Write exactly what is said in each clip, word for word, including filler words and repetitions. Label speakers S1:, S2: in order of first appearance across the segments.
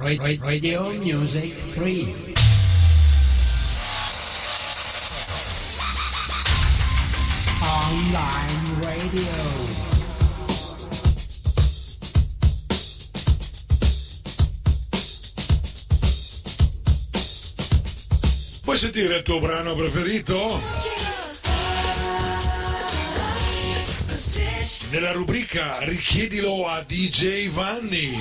S1: Radio Music Free. Online radio.
S2: Vuoi sentire il tuo brano preferito? Nella rubrica Richiedilo a D J Vanni.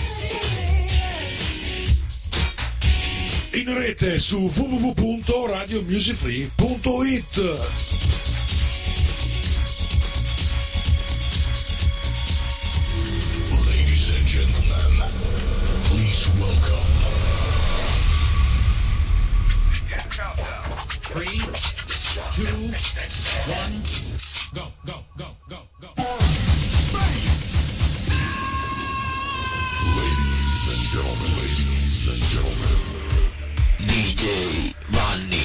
S2: In rete su w w w punto radio music free punto i t. Ladies and gentlemen, please welcome.
S1: Three, two, one, go, go, go, go, go.
S2: Ladies and gentlemen, ladies and gentlemen, D J Vanni.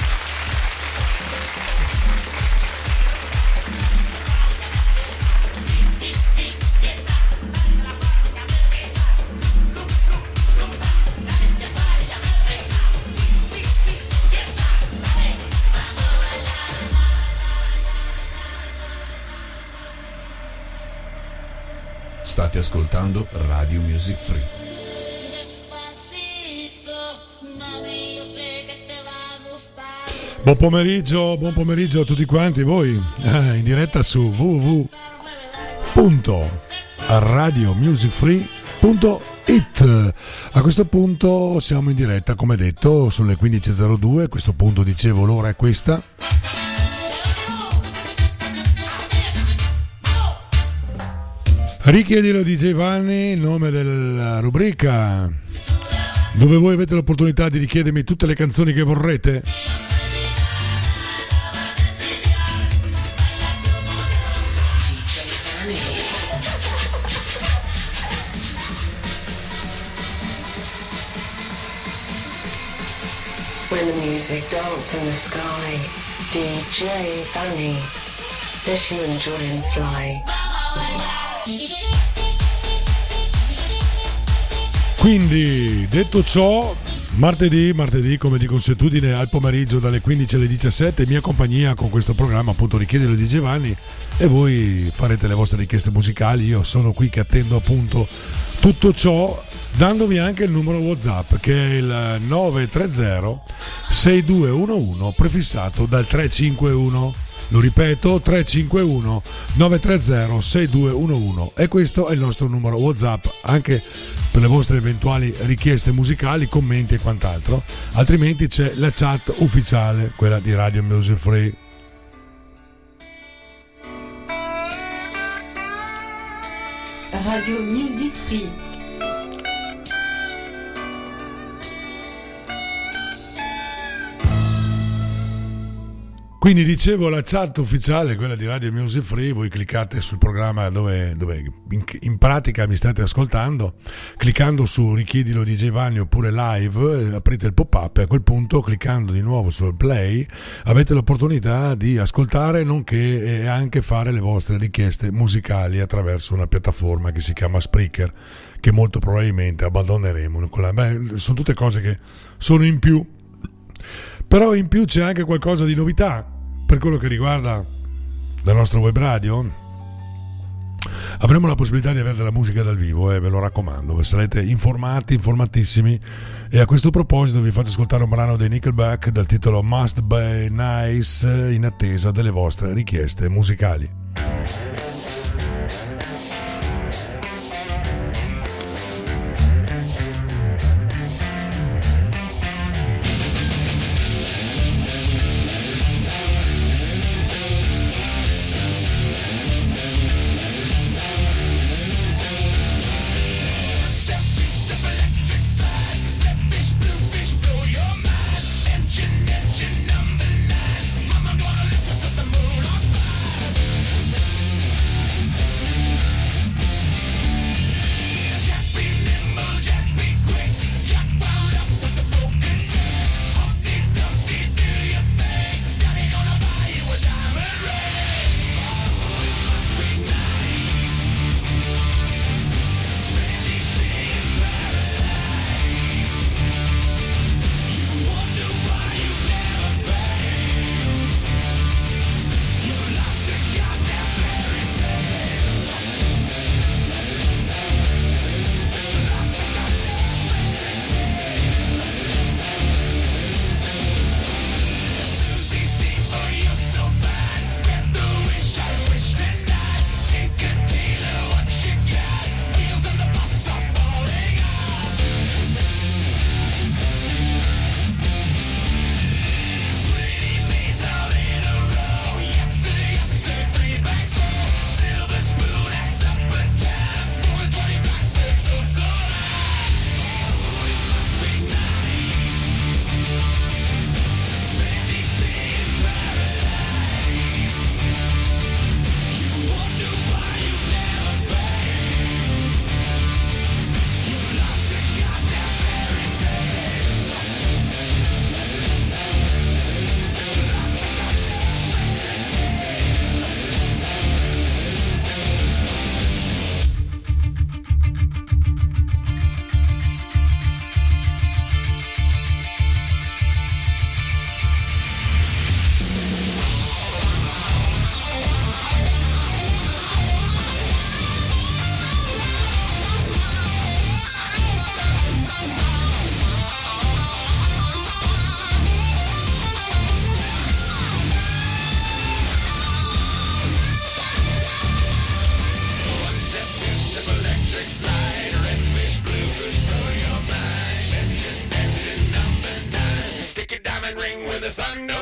S3: State ascoltando Radio Music Free.
S4: Buon pomeriggio, buon pomeriggio a tutti quanti voi, eh, in diretta su w w w punto radio music free punto i t. A questo punto siamo in diretta, come detto, sulle quindici e zero due. A questo punto dicevo l'ora è questa. Richiedilo D J Vanni, il nome della rubrica dove voi avete l'opportunità di richiedermi tutte le canzoni che vorrete.
S5: When the music dance in the sky, D J Vanni, let you enjoy and fly.
S4: Quindi, detto ciò, martedì, martedì come di consuetudine al pomeriggio dalle quindici alle diciassette, mia compagnia con questo programma, appunto Richiedilo di Giovanni, e voi farete le vostre richieste musicali. Io sono qui che attendo appunto tutto ciò, dandovi anche il numero WhatsApp che è il nove tre zero sei due uno uno prefissato dal tre cinque uno. Lo ripeto, tre cinque uno nove tre zero sei due uno uno, e questo è il nostro numero WhatsApp anche per le vostre eventuali richieste musicali, commenti e quant'altro. Altrimenti c'è la chat ufficiale, quella di Radio Music Free.
S6: Radio Music Free.
S4: Quindi dicevo, la chat ufficiale, quella di Radio Music Free, voi cliccate sul programma dove, dove in, in pratica mi state ascoltando, cliccando su Richiedilo di J Vanni oppure live, eh, aprite il pop-up e a quel punto, cliccando di nuovo sul play, avete l'opportunità di ascoltare nonché e anche fare le vostre richieste musicali attraverso una piattaforma che si chiama Spreaker, che molto probabilmente abbandoneremo. Beh, sono tutte cose che sono in più. Però in più c'è anche qualcosa di novità per quello che riguarda la nostra web radio. Avremo la possibilità di avere della musica dal vivo, eh, ve lo raccomando, sarete informati, informatissimi. E a questo proposito vi faccio ascoltare un brano dei Nickelback dal titolo Must Be Nice, in attesa delle vostre richieste musicali.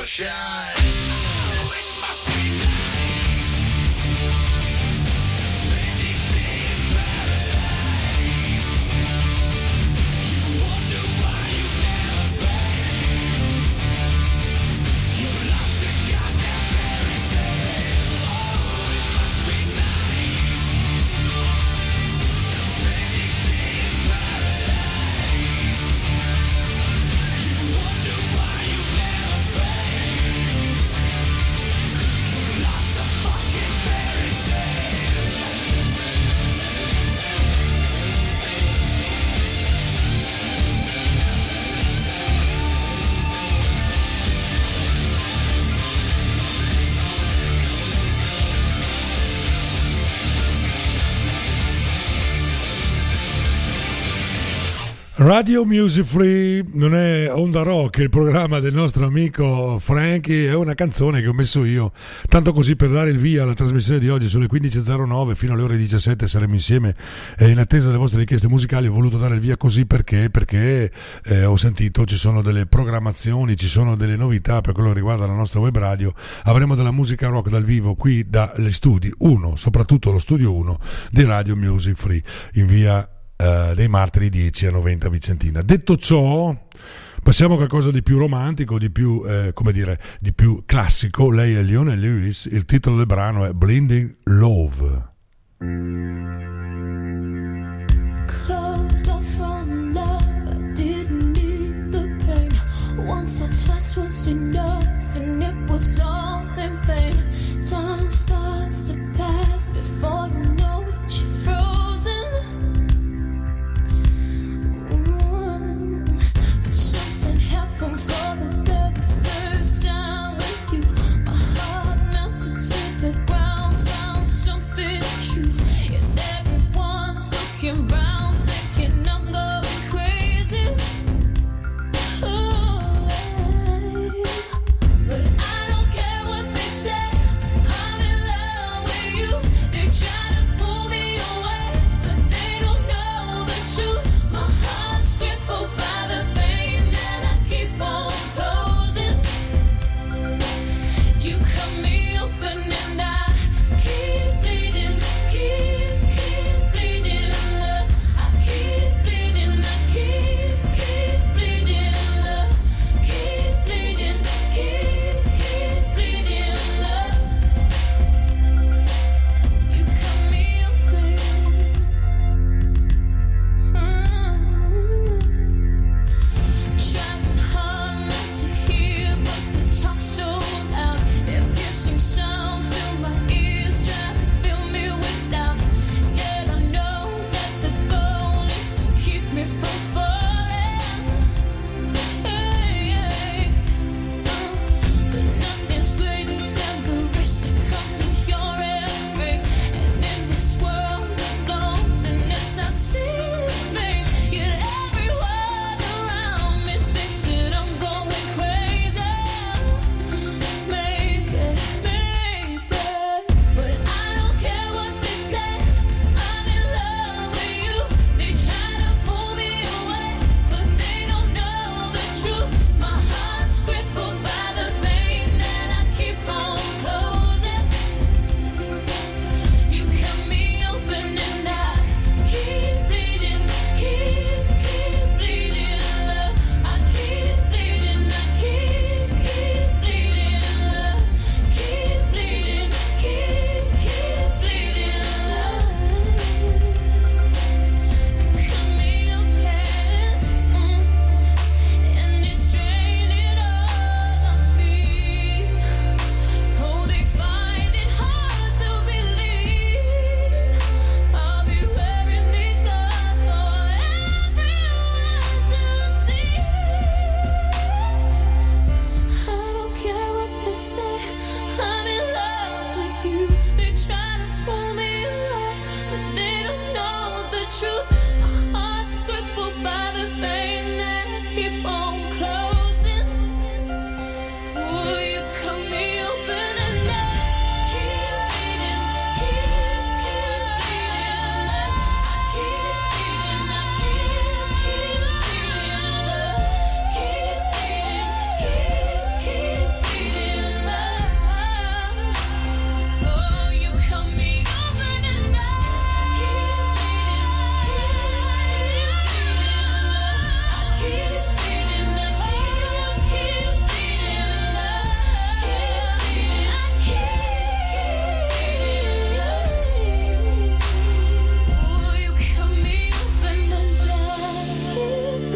S4: Radio Music Free non è Onda Rock, il programma del nostro amico Frankie, è una canzone che ho messo io, tanto così per dare il via alla trasmissione di oggi. Sulle quindici e zero nove fino alle ore diciassette saremo insieme e in attesa delle vostre richieste musicali. Ho voluto dare il via così perché, perché eh, ho sentito ci sono delle programmazioni, ci sono delle novità per quello che riguarda la nostra web radio. Avremo della musica rock dal vivo qui dagli studi uno, soprattutto lo studio uno di Radio Music Free in via Uh, dei Martiri dieci a novanta Vicentina. Detto ciò, passiamo a qualcosa di più romantico, di più eh, come dire, di più classico. Lei è Leona Lewis, il titolo del brano è Blinding Love.
S6: Closed off from love, I didn't need the pain. Once or twice was enough, and it was all in vain. Time starts to pass before you know it, you're frozen. Something happened for the very first time with you. My heart melted to the ground, found something true. And everyone's looking round, thinking I'm going crazy. Oh, but I don't care what they say.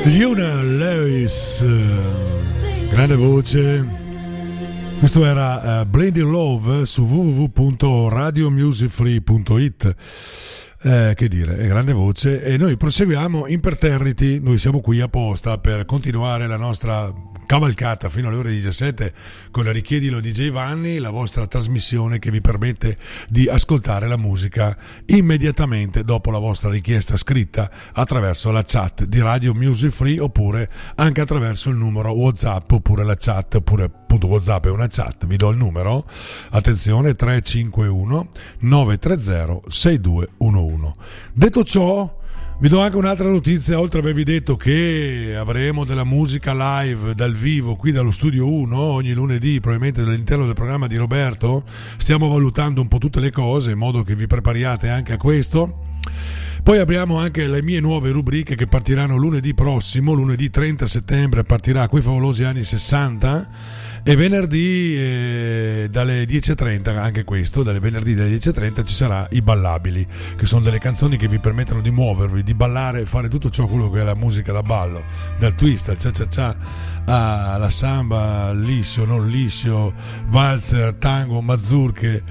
S4: Leona Lewis, eh, grande voce. Questo era uh, Blinding Love su w w w punto radio music free punto i t. Eh, che dire, è grande voce. E noi proseguiamo imperterriti. Noi siamo qui apposta per continuare la nostra cavalcata fino alle ore diciassette con la Richiedilo di J Vanni, la vostra trasmissione che vi permette di ascoltare la musica immediatamente dopo la vostra richiesta scritta attraverso la chat di Radio Music Free, oppure anche attraverso il numero WhatsApp, oppure la chat, oppure appunto WhatsApp è una chat. Vi do il numero, attenzione, tre cinque uno nove tre zero sei due uno uno. Detto ciò, vi do anche un'altra notizia. Oltre a avervi detto che avremo della musica live dal vivo qui dallo studio uno ogni lunedì, probabilmente all'interno del programma di Roberto, stiamo valutando un po' tutte le cose in modo che vi prepariate anche a questo. Poi abbiamo anche le mie nuove rubriche che partiranno lunedì prossimo, lunedì trenta settembre partirà Quei favolosi anni sessanta, e venerdì eh, dalle dieci e trenta, anche questo, dalle venerdì dalle dieci e trenta ci sarà I Ballabili, che sono delle canzoni che vi permettono di muovervi, di ballare, fare tutto ciò quello che è la musica da ballo, dal twist al cia cia cia alla samba, liscio, non liscio, valzer, tango, mazurche,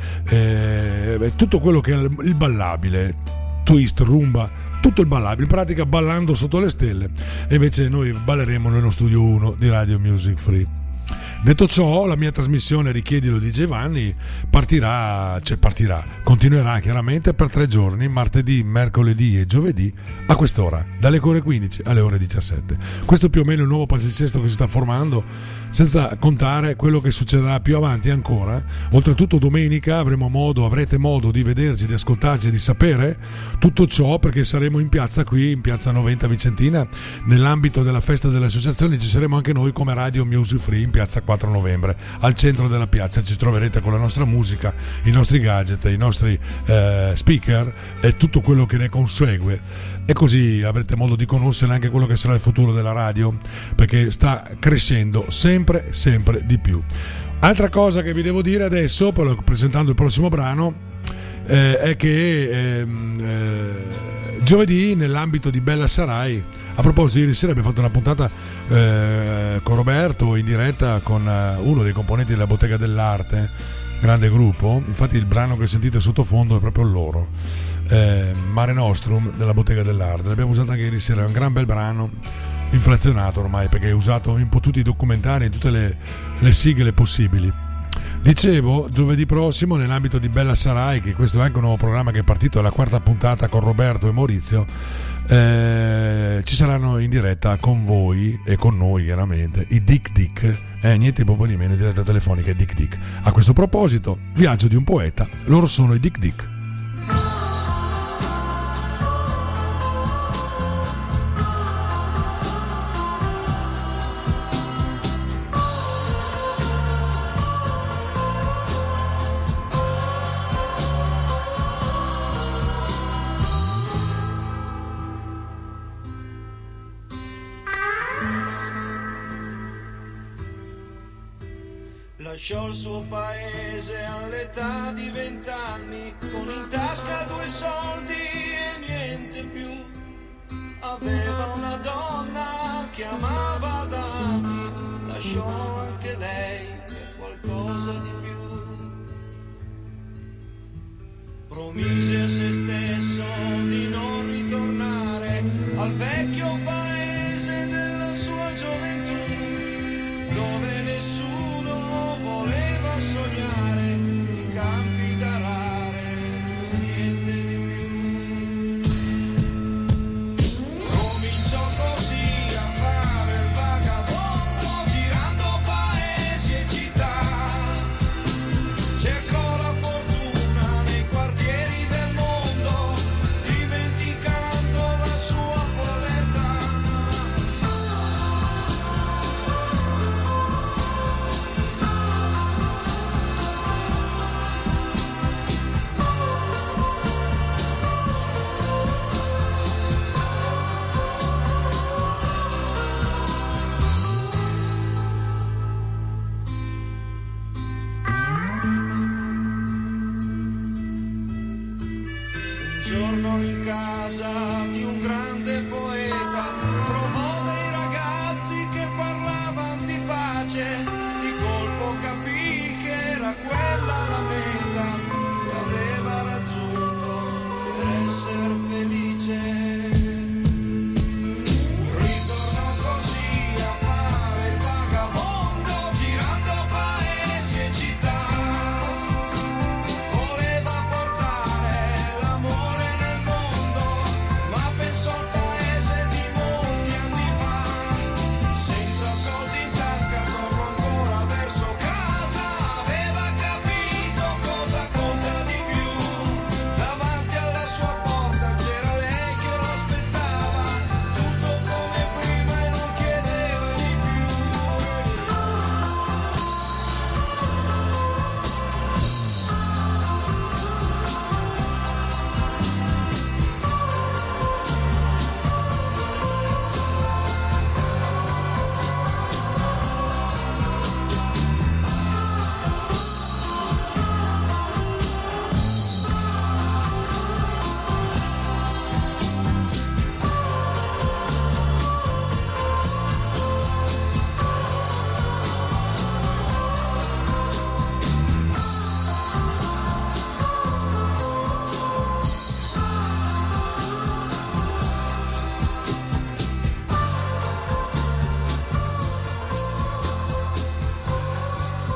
S4: eh, tutto quello che è il ballabile, twist, rumba, tutto il ballabile, in pratica ballando sotto le stelle. E invece noi balleremo nello studio uno di Radio Music Free. Detto ciò, la mia trasmissione Richiedilo di Giovanni partirà, cioè partirà, continuerà chiaramente per tre giorni, martedì, mercoledì e giovedì, a quest'ora, dalle ore quindici alle ore diciassette. Questo più o meno è il nuovo palinsesto che si sta formando, senza contare quello che succederà più avanti ancora. Oltretutto domenica avremo modo, avrete modo di vederci, di ascoltarci e di sapere tutto ciò, perché saremo in piazza qui, in piazza Noventa Vicentina, nell'ambito della festa delle associazioni. Ci saremo anche noi come Radio Music Free in piazza quattro novembre, al centro della piazza. Ci troverete con la nostra musica, i nostri gadget, i nostri eh, speaker e tutto quello che ne consegue, e così avrete modo di conoscere anche quello che sarà il futuro della radio, perché sta crescendo sempre sempre di più. Altra cosa che vi devo dire adesso, presentando il prossimo brano, eh, è che ehm, eh, giovedì nell'ambito di Bella Sarai, a proposito, ieri sera abbiamo fatto una puntata eh, con Roberto in diretta con eh, uno dei componenti della Bottega dell'Arte, grande gruppo. Infatti il brano che sentite sottofondo è proprio loro, eh, Mare Nostrum della Bottega dell'Arte. L'abbiamo usato anche ieri sera, è un gran bel brano, inflazionato ormai perché è usato in tutti i documentari, in tutte le, le sigle possibili. Dicevo, giovedì prossimo nell'ambito di Bella Sarai, che questo è anche un nuovo programma che è partito, è la quarta puntata con Roberto e Maurizio, eh, ci saranno in diretta con voi e con noi chiaramente i Dick Dick, eh, niente proprio di meno, in diretta telefonica, Dick Dick. A questo proposito, Viaggio di un poeta, loro sono i Dick Dick.
S7: Lasciò il suo paese all'età di vent'anni, con in tasca due soldi e niente più. Aveva una donna che amava da anni, lasciò anche lei per qualcosa di più. Promise a se stesso di non ritornare al vecchio paese della sua gioventù, dove nessuno voleva sognare i campi d'arare, niente di più. Cominciò così a fare il vagabondo, girando paesi e città. Cercò la fortuna nei quartieri del mondo, dimenticando la sua povertà.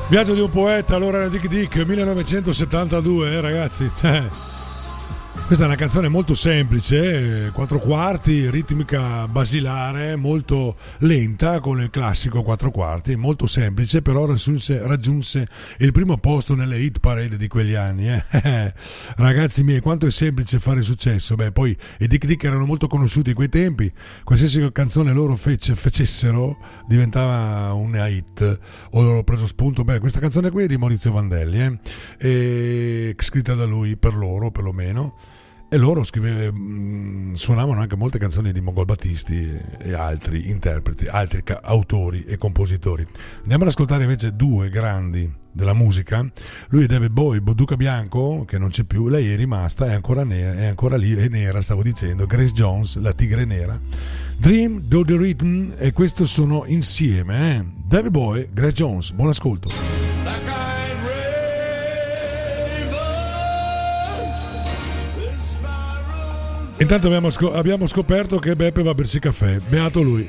S4: Viaggio di un poeta, allora era Dick Dick, millenovecentosettantadue, eh, ragazzi. Questa è una canzone molto semplice, quattro quarti, ritmica basilare, molto lenta con il classico quattro quarti, molto semplice, però raggiunse, raggiunse il primo posto nelle hit parade di quegli anni. Eh. Ragazzi miei, quanto è semplice fare successo. Beh, poi i Dick Dick erano molto conosciuti in quei tempi, qualsiasi canzone loro fece, facessero diventava una hit, o loro preso spunto. Beh, questa canzone qui è di Maurizio Vandelli, eh, e scritta da lui per loro perlomeno. E loro scrive, mh, suonavano anche molte canzoni di Mongol Battisti e altri interpreti, altri ca- autori e compositori. Andiamo ad ascoltare invece due grandi della musica. Lui è David Bowie, Duca Bianco, che non c'è più, lei è rimasta, è ancora, nera, è ancora lì, è nera, stavo dicendo, Grace Jones, la tigre nera. Dream, Do the Rhythm, e questo sono insieme, eh? David Bowie, Grace Jones, buon ascolto. Intanto abbiamo, scop- abbiamo scoperto che Beppe va a bersi caffè, beato lui.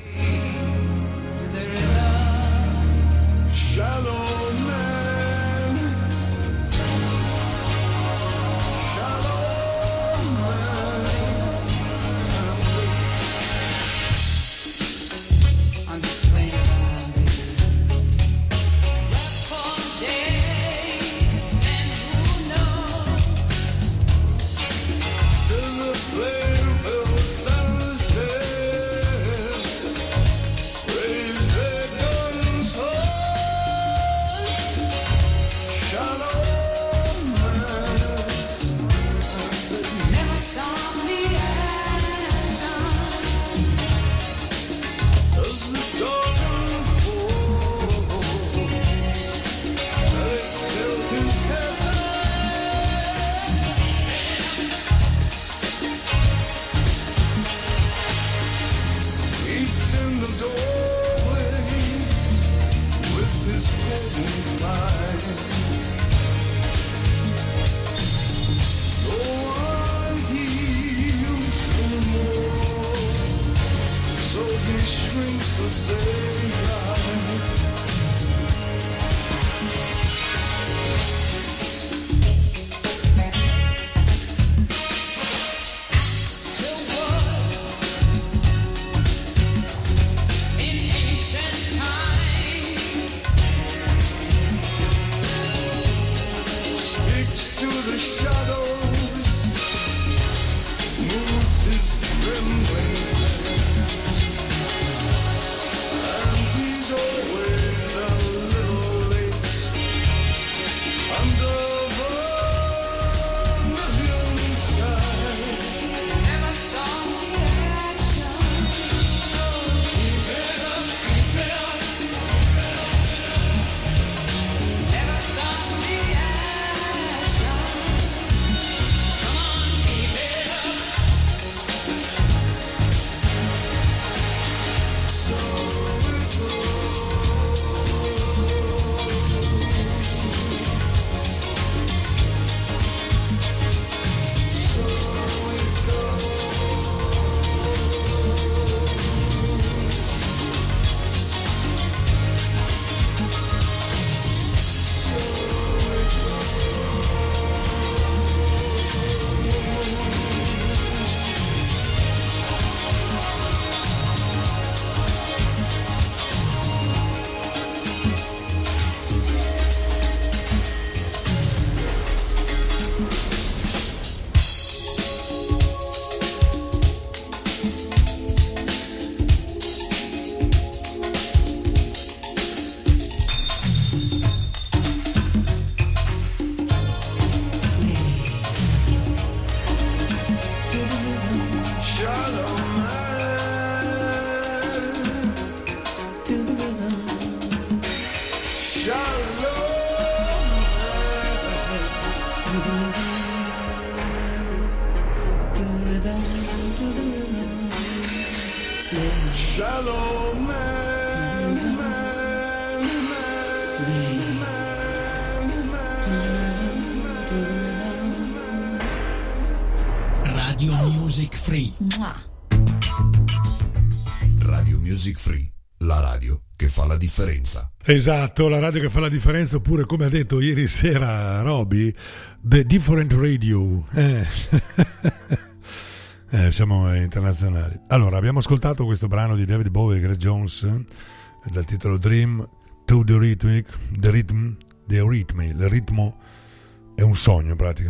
S1: Radio Music Free.
S3: Radio Music Free, la radio che fa la differenza.
S4: Esatto, la radio che fa la differenza, oppure come ha detto ieri sera Roby, The Different Radio. Eh. eh, siamo internazionali. Allora, abbiamo ascoltato questo brano di David Bowie e Grace Jones dal titolo Dream to the Rhythmic, the Rhythm, the Rhythm, il ritmo è un sogno in pratica,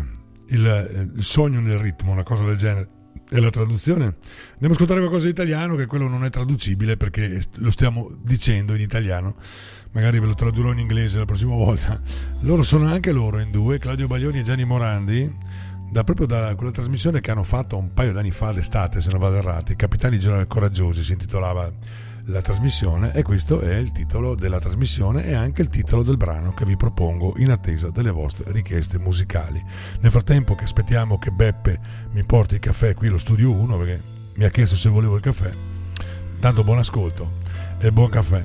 S4: il, il sogno nel ritmo, una cosa del genere. E la traduzione? Andiamo a ascoltare qualcosa di italiano, che quello non è traducibile perché lo stiamo dicendo in italiano, magari ve lo tradurrò in inglese la prossima volta. Loro sono anche loro in due, Claudio Baglioni e Gianni Morandi, da, proprio da quella trasmissione che hanno fatto un paio d'anni fa d'estate, se non vado errati, Capitani Generali Coraggiosi si intitolava la trasmissione, e questo è il titolo della trasmissione e anche il titolo del brano che vi propongo in attesa delle vostre richieste musicali. Nel frattempo che aspettiamo che Beppe mi porti il caffè qui allo studio uno, perché mi ha chiesto se volevo il caffè, tanto buon ascolto e buon caffè.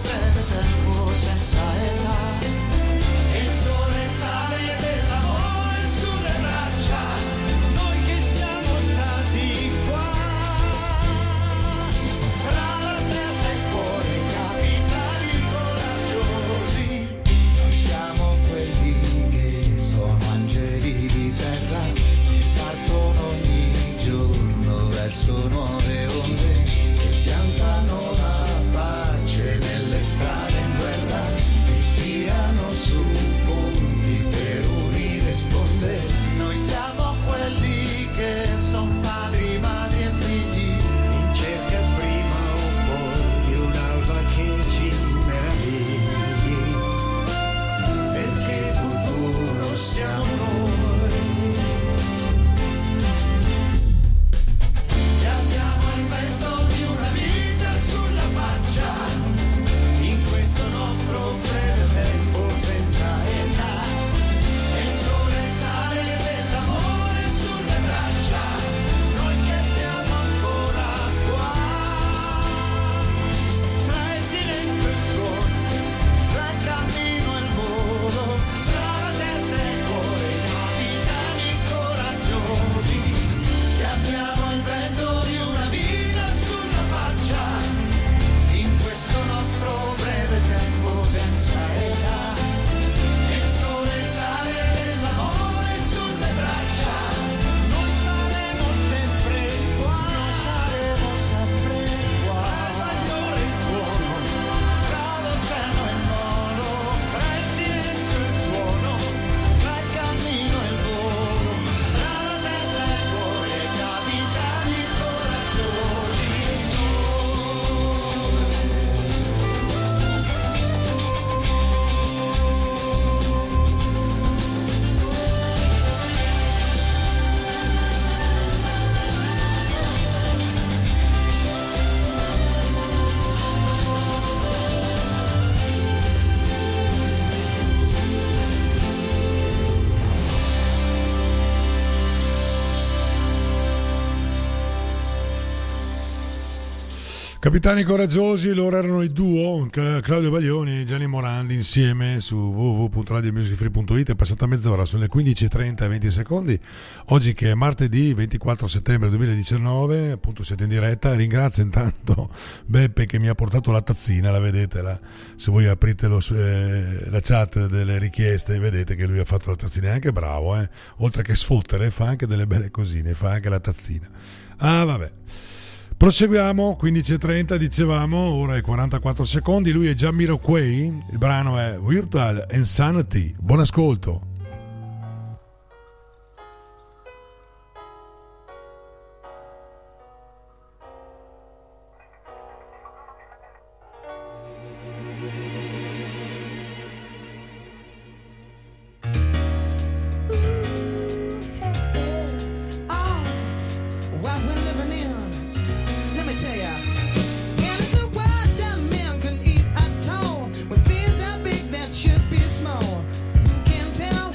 S7: Il sole sale dell'amore
S4: Capitani coraggiosi, loro erano i duo Claudio Baglioni e Gianni Morandi insieme su w w w punto radio music free punto it. È passata mezz'ora, sono le quindici e trenta e venti secondi. Oggi che è martedì ventiquattro settembre duemiladiciannove, appunto siete in diretta. Ringrazio intanto Beppe che mi ha portato la tazzina, la vedete là. Se voi aprite lo, eh, la chat delle richieste vedete che lui ha fatto la tazzina, è anche bravo, eh? Oltre che sfottere fa anche delle belle cosine, fa anche la tazzina. Ah vabbè. Proseguiamo, quindici e trenta dicevamo, ora è quarantaquattro secondi, lui è Jamiroquai, il brano è Virtual Insanity, buon ascolto.
S8: Small. You can tell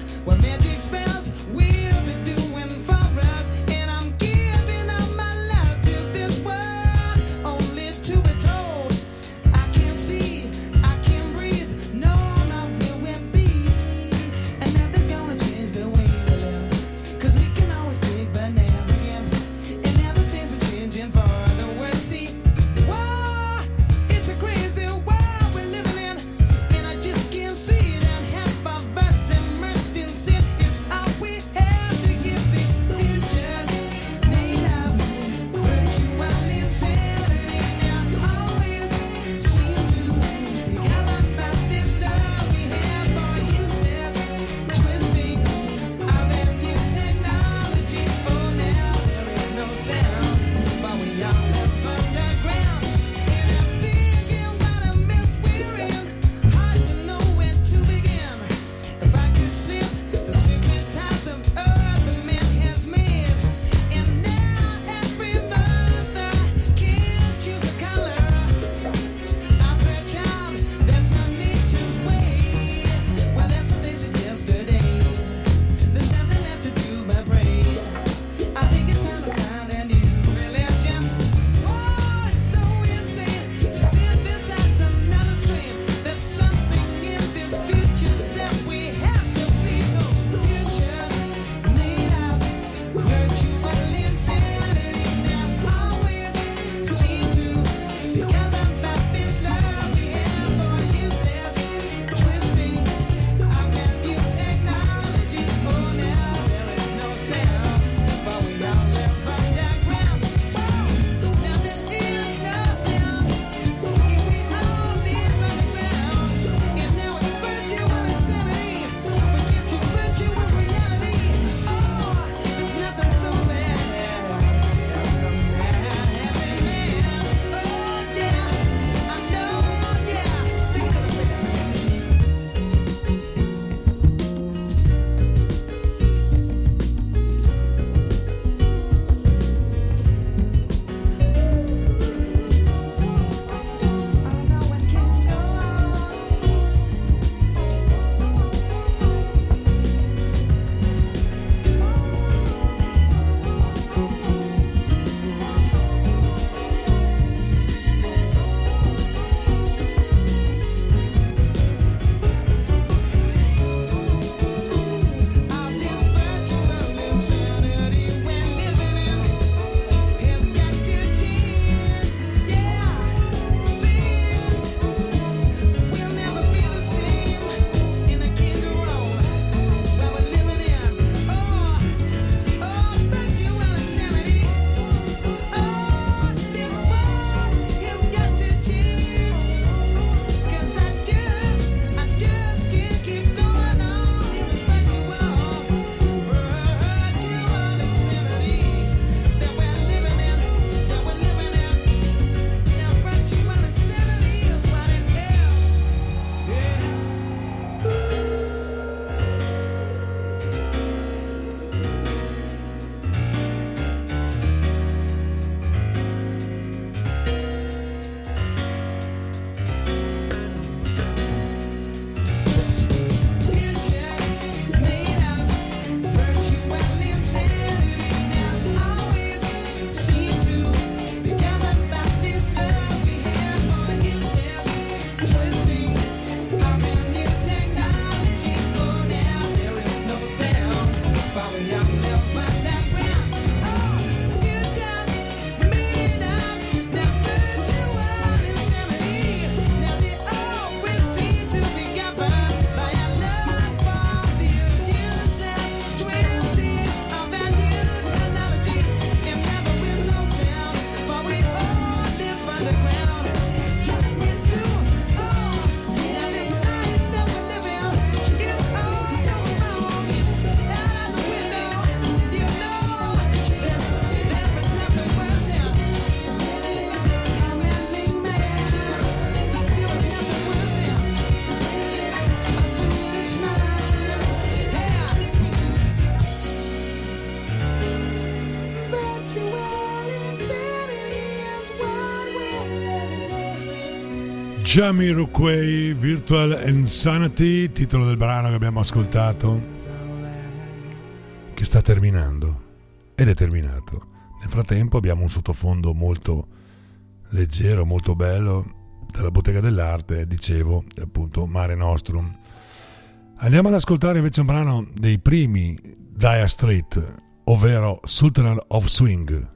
S4: Jamiroquai, Virtual Insanity, titolo del brano che abbiamo ascoltato, che sta terminando ed è terminato. Nel frattempo abbiamo un sottofondo molto leggero, molto bello dalla Bottega dell'Arte, dicevo, appunto Mare Nostrum. Andiamo ad ascoltare invece un brano dei primi Dire Straits, ovvero Sultan of Swing.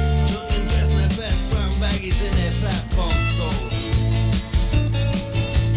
S7: Baggies in their platform soul.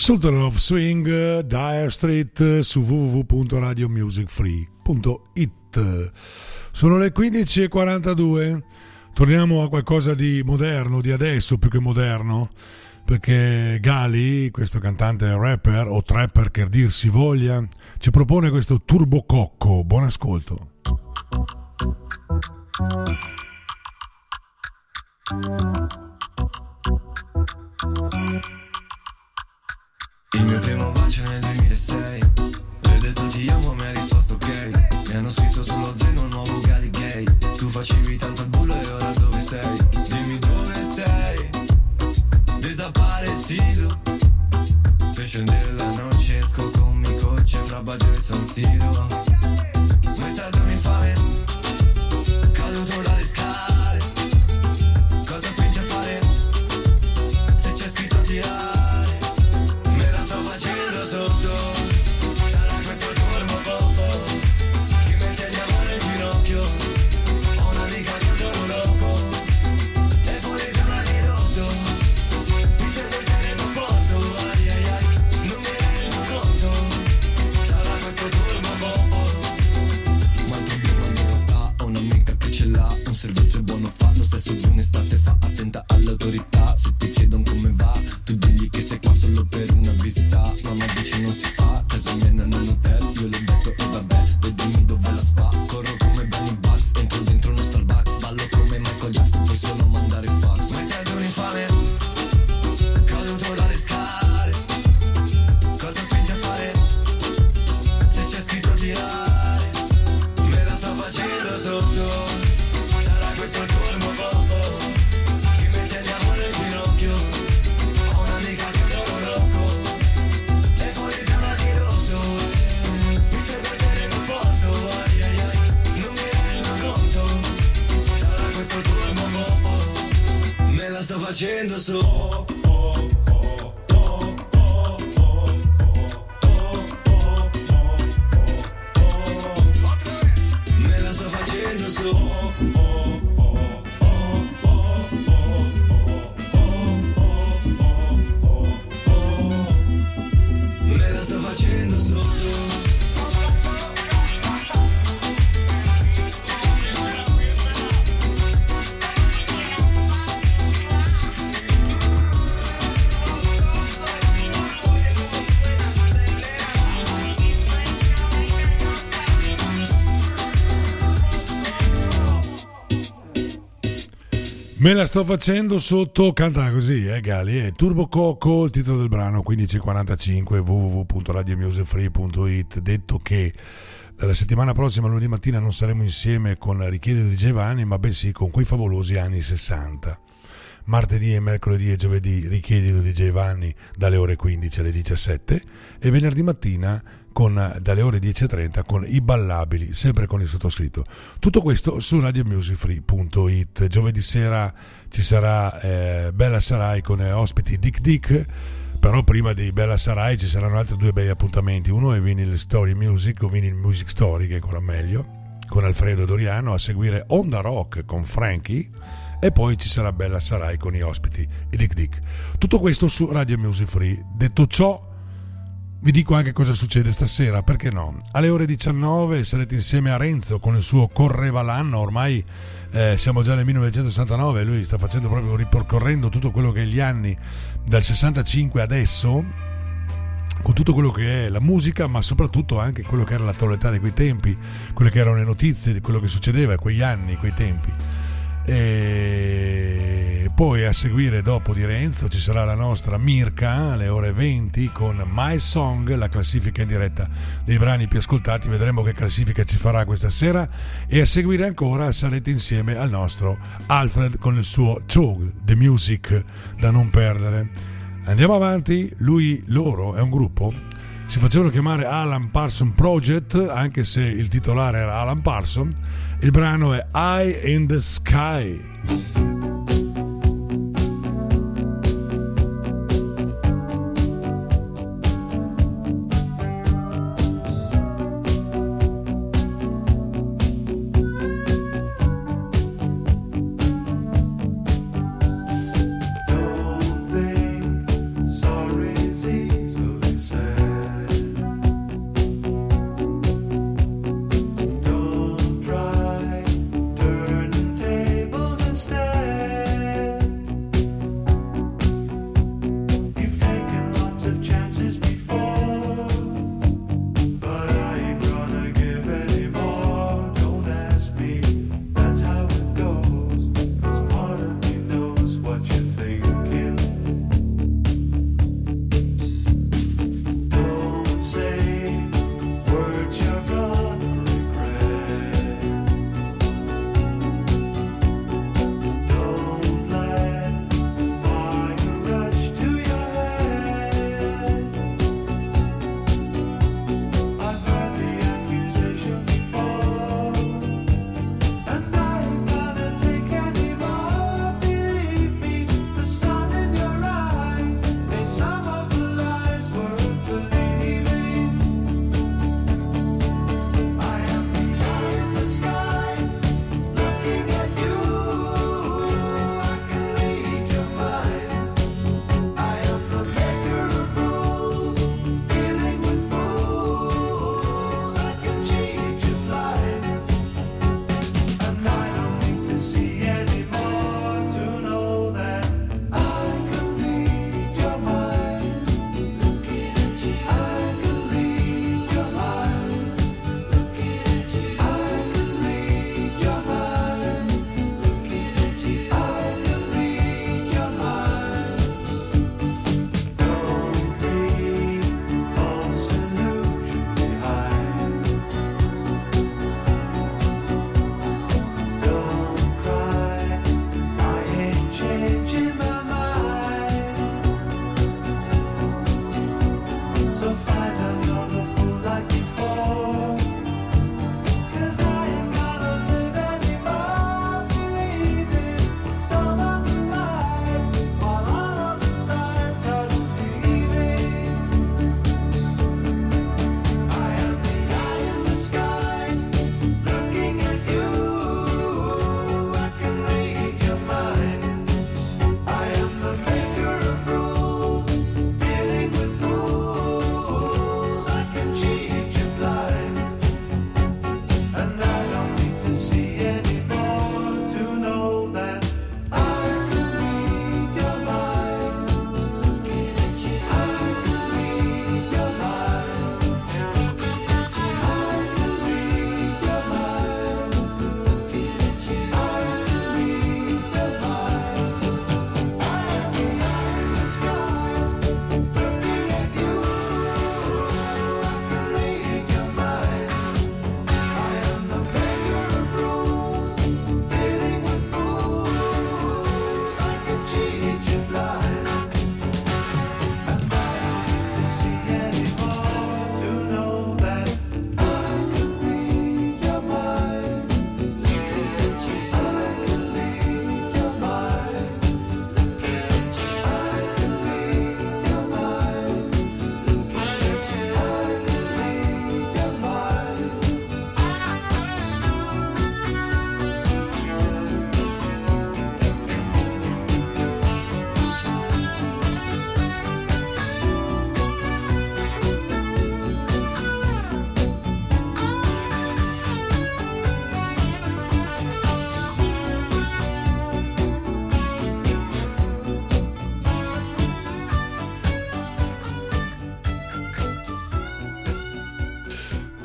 S4: Sultan of Swing, Dire Street su w w w punto radio music free punto i t. Sono le quindici e quarantadue. Torniamo a qualcosa di moderno, di adesso più che moderno, perché Gali, questo cantante rapper o trapper che dir si voglia, ci propone questo Turbo Cocco. Buon ascolto.
S8: Il mio primo bacio nel duemilasei, le ho detto ti amo, mi hai risposto ok. Mi hanno scritto sullo zaino nuovo Gali gay. Tu facevi tanto il bullo e ora dove sei? Dimmi dove sei, desaparecido. Se scende la noce esco con mi coche fra Baggio e San Siro. Ma è stato un infame, caduto dalle scale. Cosa spinge a fare, se c'è scritto tirare? Sotto, sarà questo turbo poco che mette gli amore in ginocchio. Ho un'amica che è un toro loco e fuori più mani rotto. Mi sento il terreno sporto, ai ai ai, non mi rendo conto. Sarà questo turbo poco. Ma il problema dove sta? Ho un'amica che ce l'ha, un servizio buono fa, lo stesso di un'estate fa. Attenta all'autorità, se ti chiedono come va, tu digli che sei qua solo per una visita. Mamma dice non si fa, casa mia non è un hotel. Io l'ho detto e vabbè, vedimi dove la spa. Corro come Benny Bucks, entro dentro uno Starbucks. Ballo come Michael Jackson, puoi solo mandare fax. Ma è stato un infame, caduto dalle scale. Cosa spinge a fare, se c'è scritto tirare? Me la sto facendo sotto, sarà questo il turbo poco che mette gli amore in ginocchio. Ho un'amica che è un toro loco e fuori più mani rotto. Mi sembra il terreno sporto, ai ai ai, non mi rendo conto. Sarà questo turbo poco, me la sto facendo sotto. Me la sto facendo sotto. Me la sto facendo sotto.
S4: Me la sto facendo sotto, canta così, eh Gali, eh. Turbo Cocco, il titolo del brano, quindici e quarantacinque, w w w punto radio music free punto i t. Detto che la settimana prossima, lunedì mattina, non saremo insieme con Richiedi di D J Vanni, ma bensì con quei favolosi anni sessanta. Martedì e mercoledì e giovedì Richiedi di D J Vanni dalle ore quindici alle diciassette e venerdì mattina con, dalle ore dieci e trenta con I Ballabili, sempre con il sottoscritto. Tutto questo su radio music free punto i t. Giovedì sera ci sarà eh, Bella Sarai con eh, ospiti Dick Dick, però prima di Bella Sarai ci saranno altri due bei appuntamenti. Uno è Vinyl Story Music o Vinyl Music Story, che è ancora meglio, con Alfredo Doriano, a seguire Onda Rock con Frankie, e poi ci sarà Bella Sarai con i ospiti e Dick Dick. Tutto questo su Radio Music Free. Detto ciò, vi dico anche cosa succede stasera, perché no? Alle ore diciannove sarete insieme a Renzo con il suo Correva l'anno. Ormai eh, siamo già nel millenovecentosessantanove e lui sta facendo proprio, ripercorrendo tutto quello che è gli anni dal sessantacinque adesso, con tutto quello che è la musica, ma soprattutto anche quello che era l'attualità di quei tempi, quelle che erano le notizie di quello che succedeva in quegli anni, in quei tempi. E poi a seguire, dopo di Renzo, ci sarà la nostra Mirka alle ore venti con My Song, la classifica in diretta dei brani più ascoltati. Vedremo che classifica ci farà questa sera, e a seguire ancora sarete insieme al nostro Alfred con il suo Chog, The Music da non perdere. Andiamo avanti. Lui, loro, è un gruppo, si facevano chiamare Alan Parsons Project, anche se il titolare era Alan Parsons. Il brano è Eye in the Sky.
S9: Don't think sorry's easy.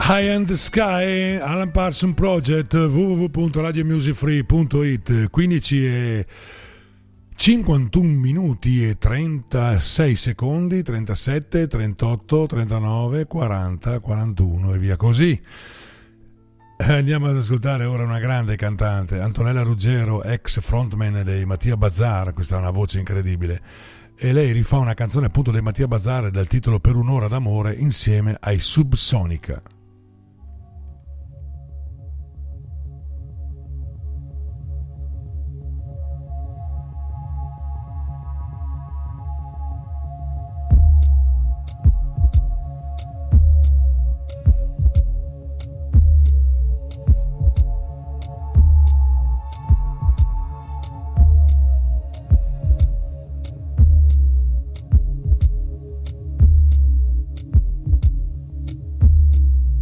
S4: High and Sky, Alan Parsons Project, w w w punto radio music free punto it. Quindici e cinquantuno minuti e trentasei secondi, trentasette, trentotto, trentanove, quaranta, quarantuno e via così. Andiamo ad ascoltare ora una grande cantante, Antonella Ruggero, ex frontman dei Mattia Bazar. Questa è una voce incredibile, e lei rifà una canzone appunto dei Mattia Bazar dal titolo Per un'ora d'amore insieme ai Subsonica.
S9: Thank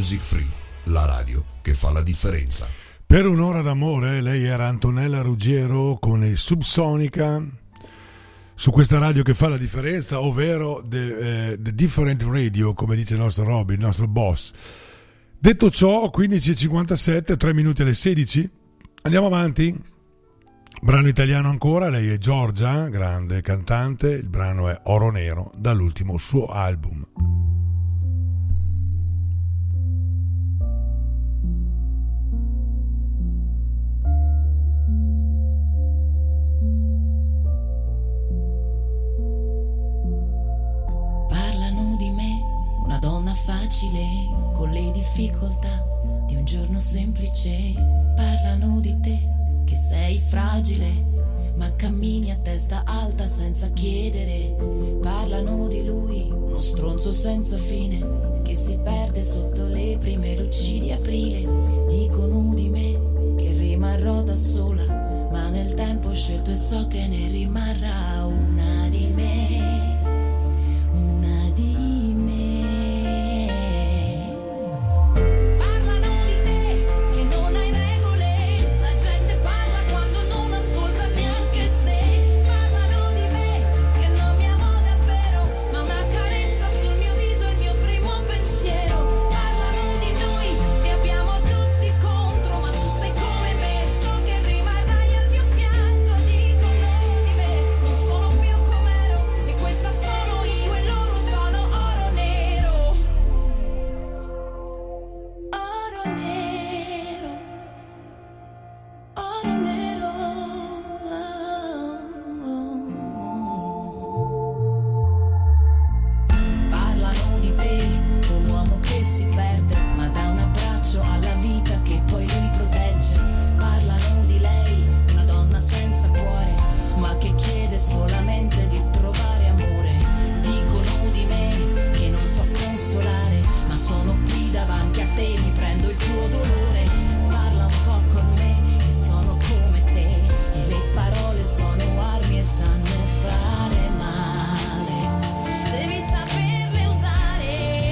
S3: Music Free, la radio che fa la differenza.
S4: Per un'ora d'amore, lei era Antonella Ruggiero con il Subsonica su questa radio che fa la differenza, ovvero The, eh, The Different Radio, come dice il nostro Robby, il nostro boss. Detto ciò, quindici e cinquantasette, tre minuti alle sedici, andiamo avanti. Brano italiano ancora, lei è Giorgia, grande cantante, il brano è Oro Nero, dall'ultimo suo album.
S9: Parlano di me, una donna facile, con le difficoltà di un giorno semplice. Parlano di te, che sei fragile, ma cammini a testa alta senza chiedere. Parlano di lui, uno stronzo senza fine, che si perde sotto le prime luci di aprile. Dicono di me che rimarrò da sola, ma nel tempo ho scelto e so che ne rimarrà una di me, una di me. Parlano di te, che non hai regole, la gente parla quando non ascolta neanche se. Parlano di me, che non mi amo davvero, ma una carezza sul mio viso è il mio primo pensiero. Parlano di noi, li abbiamo tutti contro, ma tu sei come me, so che rimarrai al mio fianco. Dicono di me, non sono più com'ero, e questa sono io e loro sono oro nero. Oro nero, oro nero. Parlano di te, un uomo che si perde, ma dà un abbraccio alla vita che poi lui protegge. Parlano di lei, una donna senza cuore, ma che chiede solamente di trovare amore. Dicono di me che non so consolare, ma sono qui davanti a te, mi prendo il tuo dolore. Parla un po' con me, che sono come te, e le parole sono armi e sanno fare male. Devi saperle usare.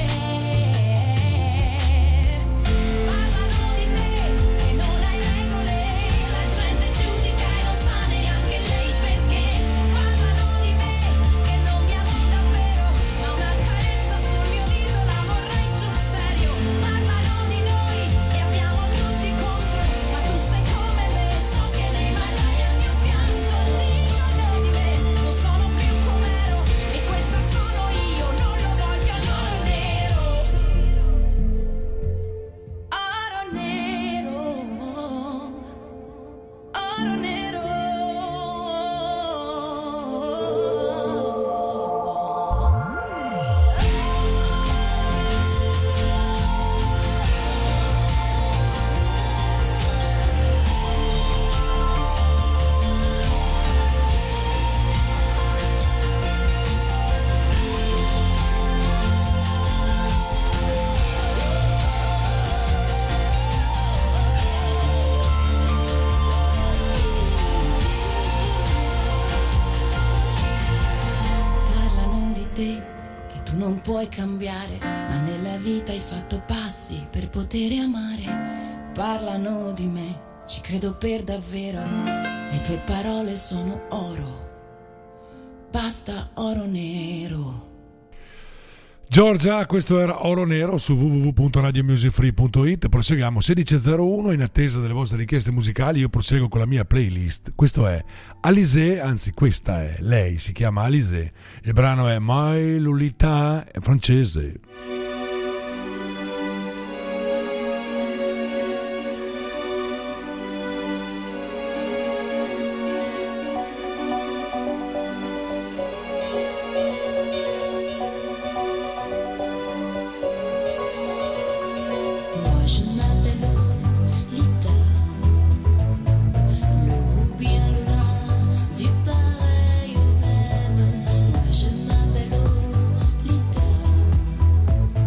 S9: Parlano di te, che non hai regole, la gente giudica e non sa neanche lei perché. Parlano di me, che non mi amo davvero, ma una carezza sul mio viso la vorrei sul serio. Parlano di noi, li abbiamo tutti contro, ma tu sei come me, so che rimarrai al mio fianco. Dicono di me, non sono più com'ero, e questa sono io, non lo voglio l'oro nero. Oro nero, oro nero. Parlano di te, che tu non puoi cambiare, ma nella vita hai fatto passi per poter amare. Parlano di me, ci credo per davvero, le tue parole sono oro, basta oro nero.
S4: Giorgia, questo era Oro Nero su w w w punto radio music free punto it. Proseguiamo sedici e zero uno, in attesa delle vostre richieste musicali. Io proseguo con la mia playlist. Questo è Alizée, anzi questa è lei, si chiama Alizée. Il brano è My Lolita, è francese.
S6: Moi je m'appelle Lolita, le bien Lola, du pareil au même. Moi je m'appelle Lolita,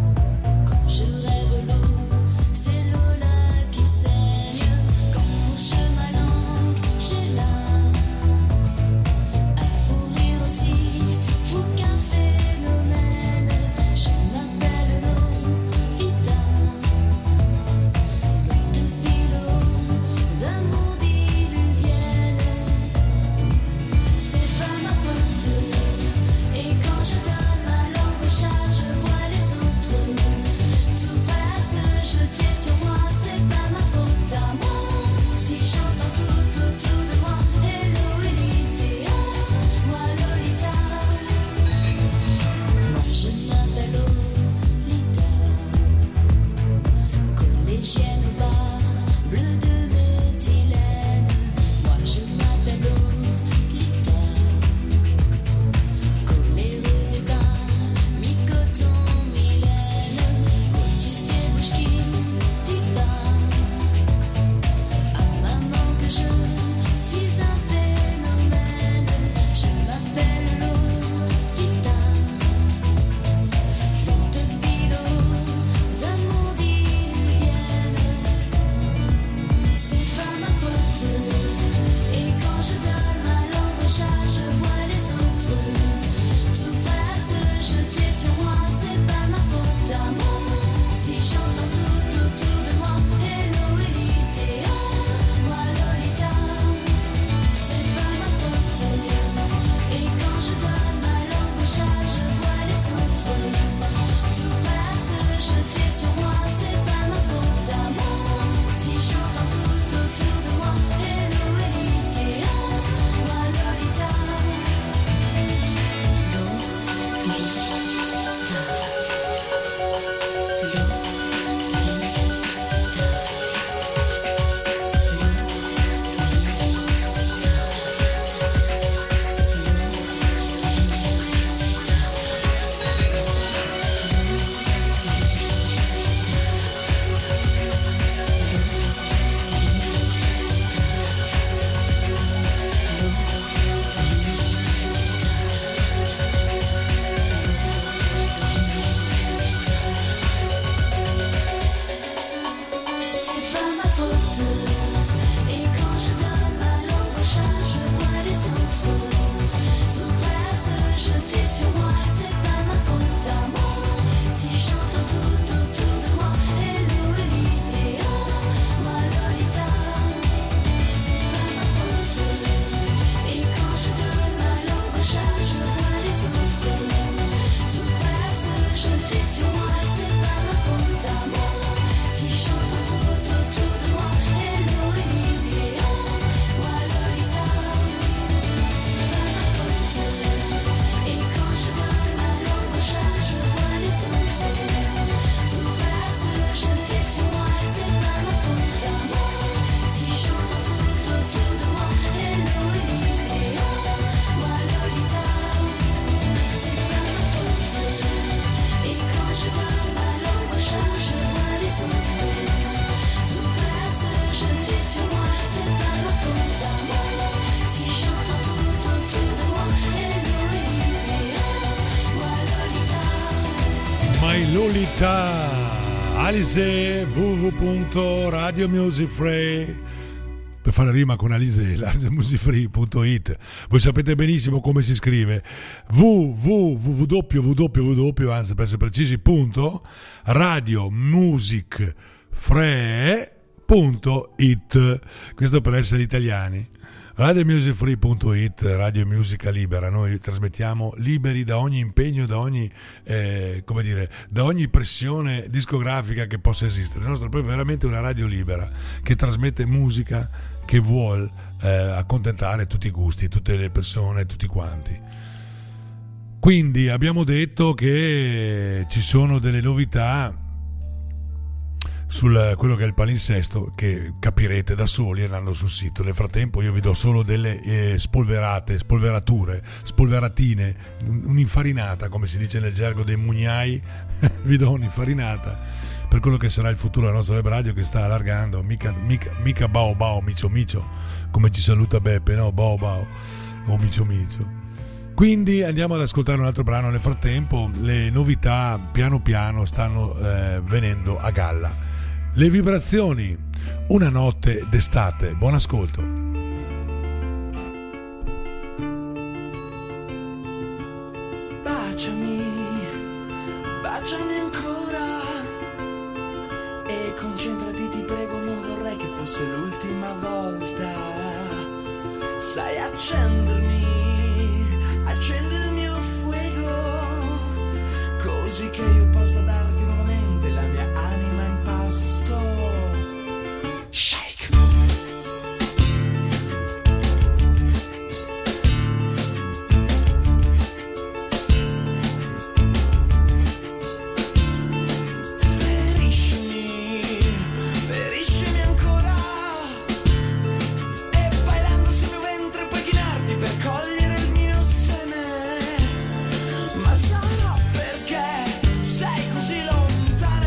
S4: Lolita Alice w w w punto radio music free, per fare rima con Alice, radio music free punto it. Voi sapete benissimo come si scrive: www, anzi per essere precisi, punto radio music free punto it. Questo per essere italiani. radio music free punto it, radio musica libera. Noi trasmettiamo liberi da ogni impegno, da ogni eh, come dire, da ogni pressione discografica che possa esistere. La nostra è proprio veramente una radio libera che trasmette musica che vuol eh, accontentare tutti i gusti, tutte le persone, tutti quanti. Quindi abbiamo detto che ci sono delle novità sul quello che è il palinsesto, che capirete da soli andando sul sito. Nel frattempo io vi do solo delle eh, spolverate, spolverature, spolveratine, un'infarinata, come si dice nel gergo dei mugnai. Vi do un'infarinata per quello che sarà il futuro della nostra web radio, che sta allargando. Mica, mica, mica bao bao micio micio, come ci saluta Beppe, no? Bao bao o micio micio. Quindi andiamo ad ascoltare un altro brano. Nel frattempo le novità piano piano stanno eh, venendo a galla. Le vibrazioni, una notte d'estate. Buon ascolto.
S7: Baciami, baciami ancora e concentrati, ti prego, non vorrei che fosse l'ultima volta. Sai accendermi, accendi il mio fuoco, così che io possa darti nuovamente la mia anima in pasto. Shake. Feriscimi, feriscimi ancora e bailando sul mio ventre puoi chinarti per cogliere il mio seme, ma sarà perché sei così lontana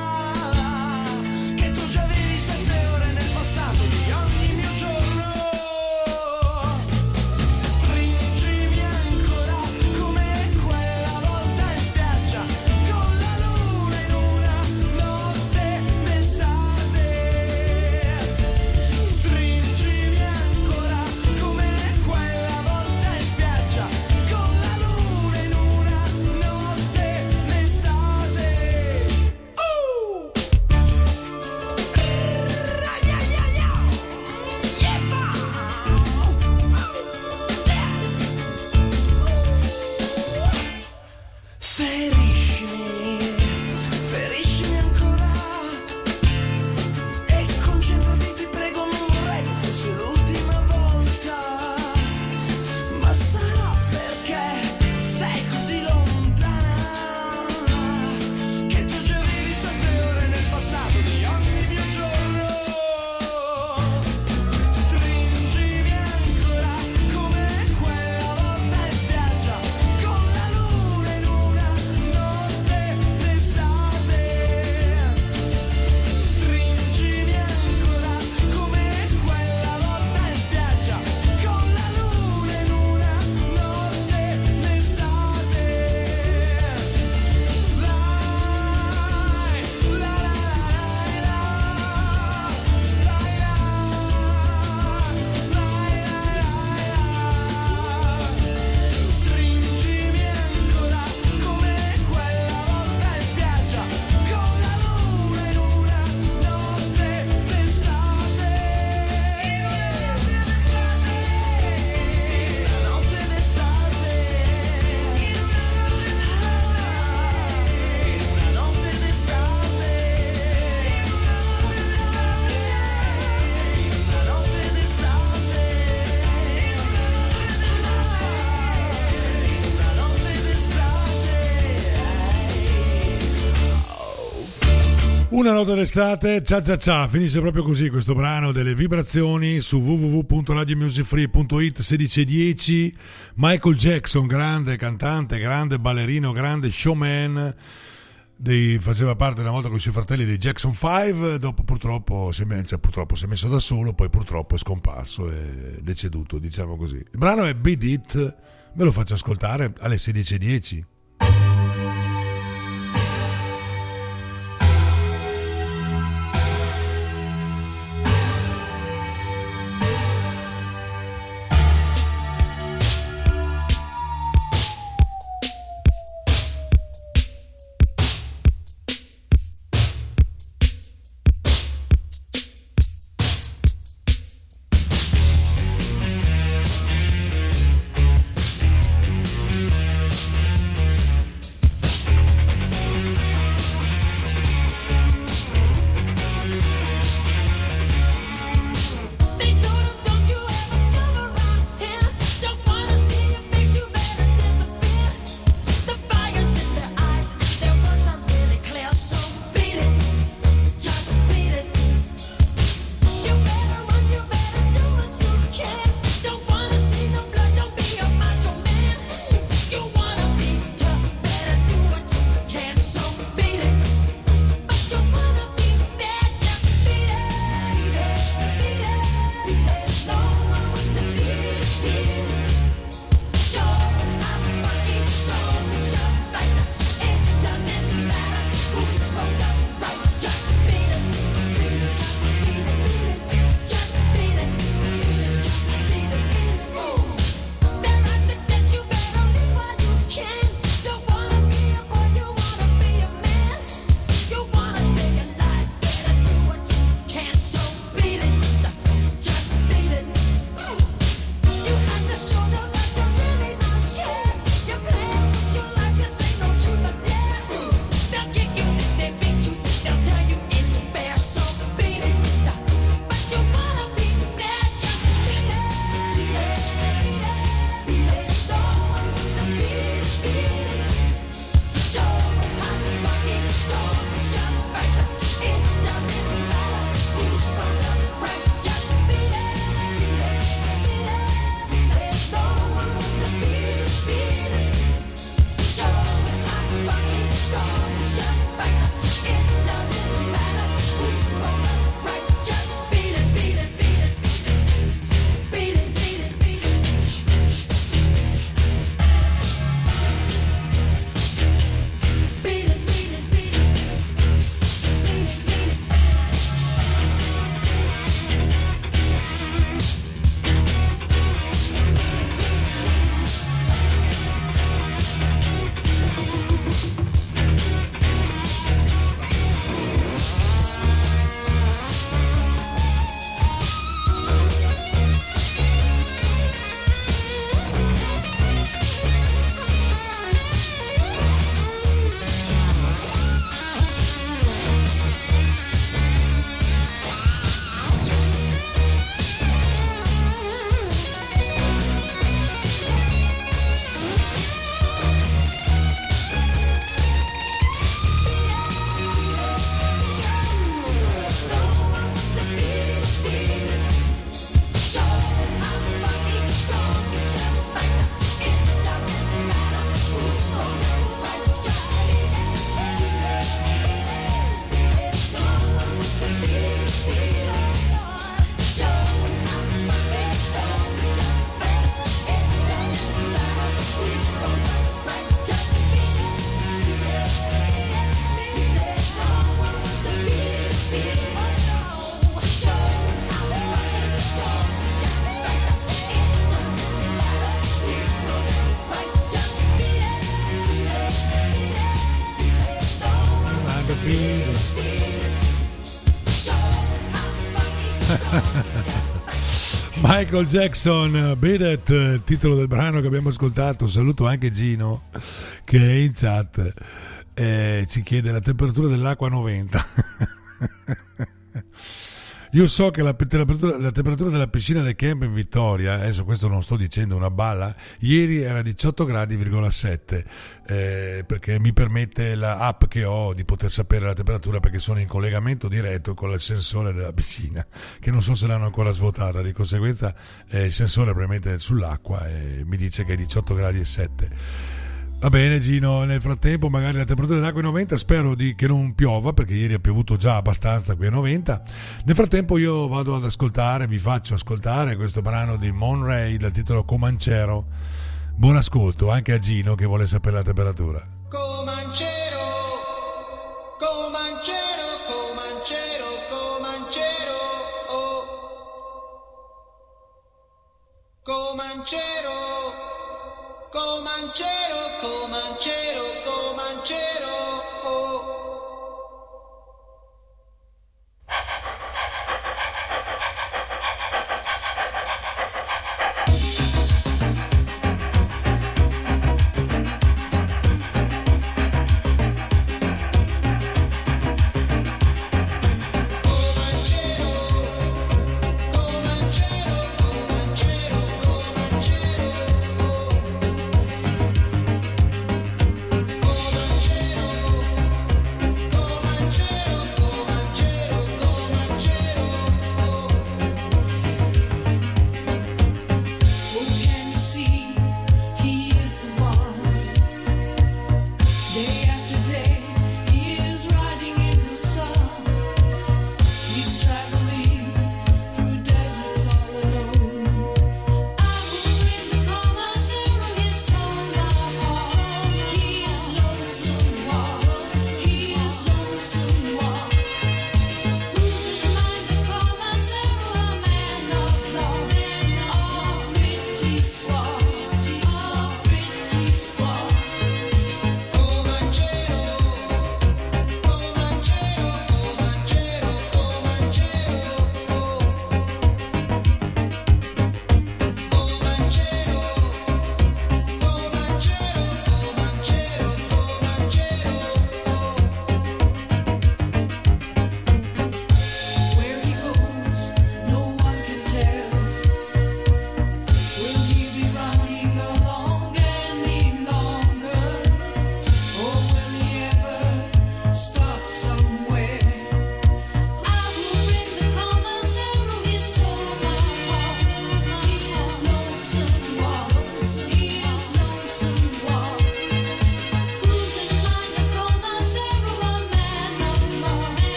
S7: che tu già vivi sette ore nel passato di ogni mio giorno. Stringimi ancora come quella volta in spiaggia con la luna in una notte d'estate. Stringimi ancora come quella volta in spiaggia con la luna in una notte d'estate. Uh! Ra-ya-ya-ya! Yeppa! Feriscimi, feriscimi ancora e concentrati, ti prego, non vorrei che fosse l'ultima volta, ma sarà perché sei così lontana che tu già vivi sette ore nel passato di ogni mio giorno. Stringimi ancora come quella volta in spiaggia con la luna in una notte d'estate. Stringimi ancora come quella volta in spiaggia con la luna in una notte d'estate. Lai, la la Stringimi ancora come quella volta in spiaggia con la luna in una notte d'estate. Una notte d'estate. Una notte d'estate. Una notte d'estate. Una notte d'estate.
S4: Una notte d'estate, cia cia cia, finisce proprio così questo brano delle vibrazioni su w w w punto radio music free punto it. Sedici e dieci. Michael Jackson, grande cantante, grande ballerino, grande showman, dei, faceva parte una volta con i suoi fratelli dei Jackson cinque. Dopo purtroppo si è, cioè, purtroppo si è messo da solo, poi purtroppo è scomparso, è deceduto, diciamo così. Il brano è Beat It, ve lo faccio ascoltare alle sedici e dieci. Michael Jackson, Beat It, titolo del brano che abbiamo ascoltato. Saluto anche Gino che è in chat e ci chiede la temperatura dell'acqua a novanta. Io so che la temperatura, la temperatura della piscina del camp in Vittoria, adesso questo non sto dicendo una balla, ieri era diciotto gradi virgola sette, eh, perché mi permette l'app che ho di poter sapere la temperatura, perché sono in collegamento diretto con il sensore della piscina, che non so se l'hanno ancora svuotata, di conseguenza eh, il sensore probabilmente sull'acqua e mi dice che è diciotto gradi e sette. Va bene Gino, nel frattempo magari la temperatura dell'acqua è novanta, spero di, che non piova, perché ieri ha piovuto già abbastanza qui a novanta. Nel frattempo io vado ad ascoltare, vi faccio ascoltare questo brano di Monray dal titolo Comancero. Buon ascolto anche a Gino che vuole sapere la temperatura.
S7: Comancero, Comancero, Comancero, Comancero, oh. Comancero, Comancero, Comancero, Comancero, oh.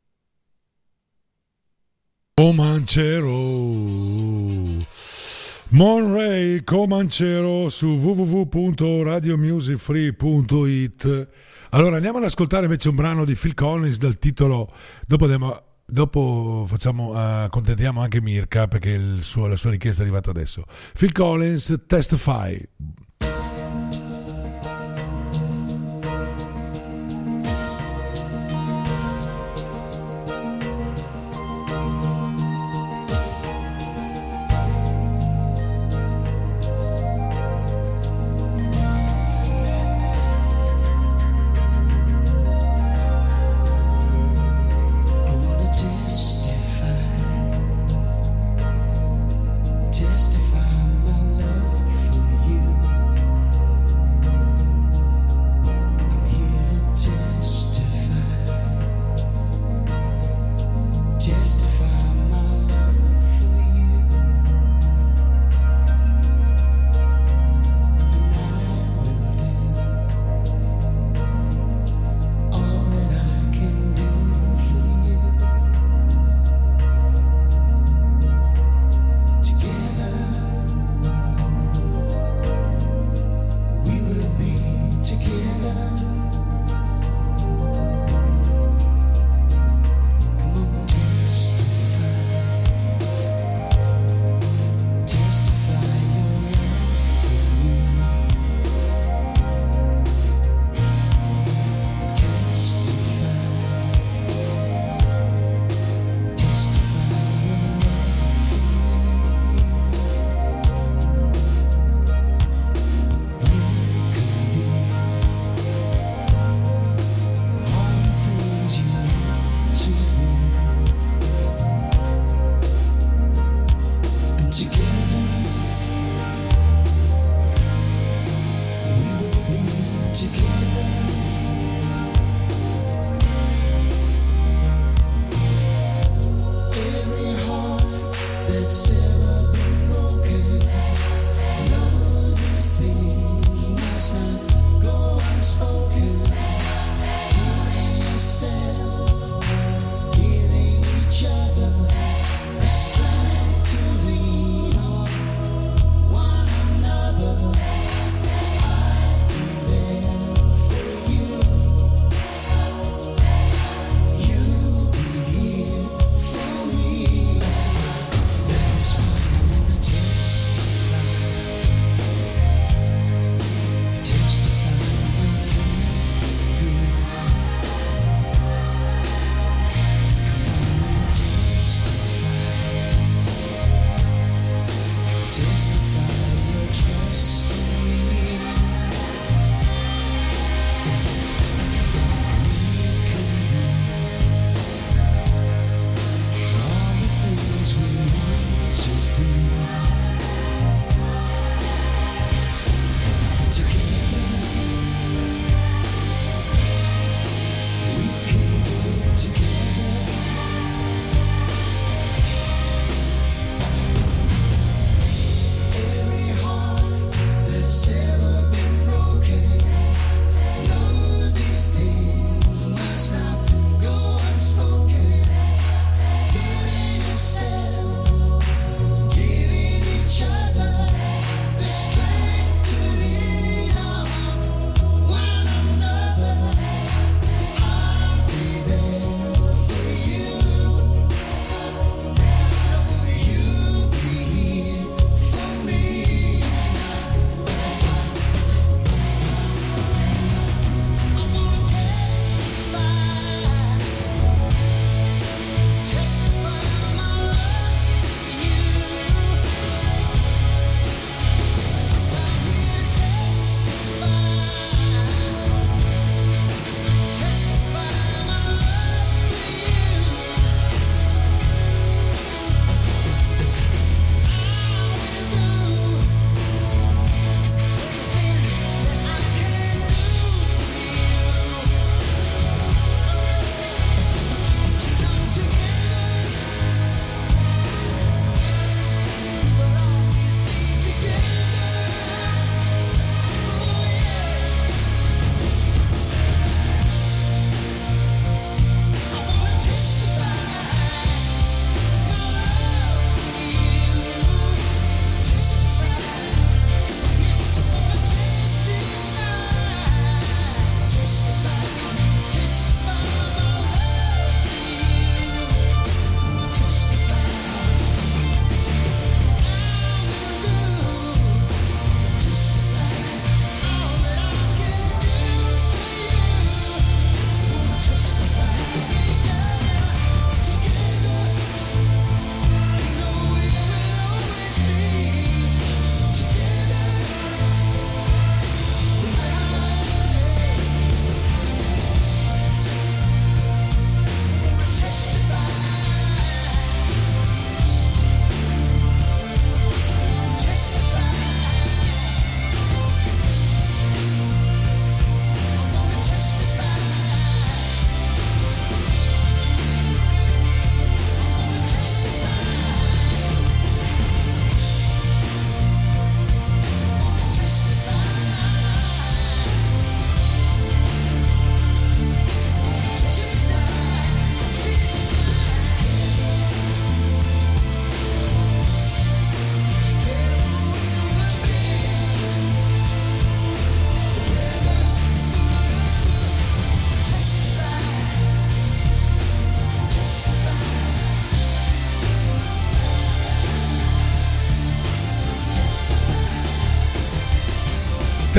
S4: Comancero, Monray Comancero su w w w punto radio music free punto i t. Allora andiamo ad ascoltare invece un brano di Phil Collins dal titolo, dopo andiamo, dopo facciamo, accontentiamo anche Mirka perché il suo, la sua richiesta è arrivata adesso. Phil Collins, Testify.
S8: Testify my love for you.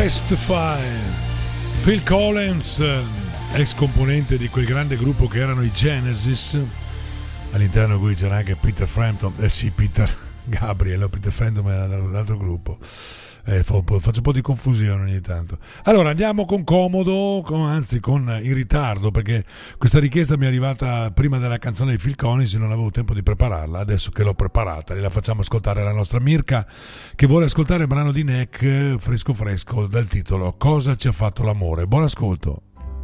S4: Testify. Phil Collins, ex componente di quel grande gruppo che erano i Genesis, all'interno di cui c'era anche Peter Frampton, eh sì, Peter Gabriel, no, Peter Frampton era un altro gruppo. Eh, faccio un po' di confusione ogni tanto. Allora andiamo con comodo, con, anzi con in ritardo, perché questa richiesta mi è arrivata prima della canzone di Phil Collins e non avevo tempo di prepararla. Adesso che l'ho preparata la facciamo ascoltare alla nostra Mirka, che vuole ascoltare il brano di Neck, fresco fresco, dal titolo Cosa ci ha fatto l'amore. Buon ascolto.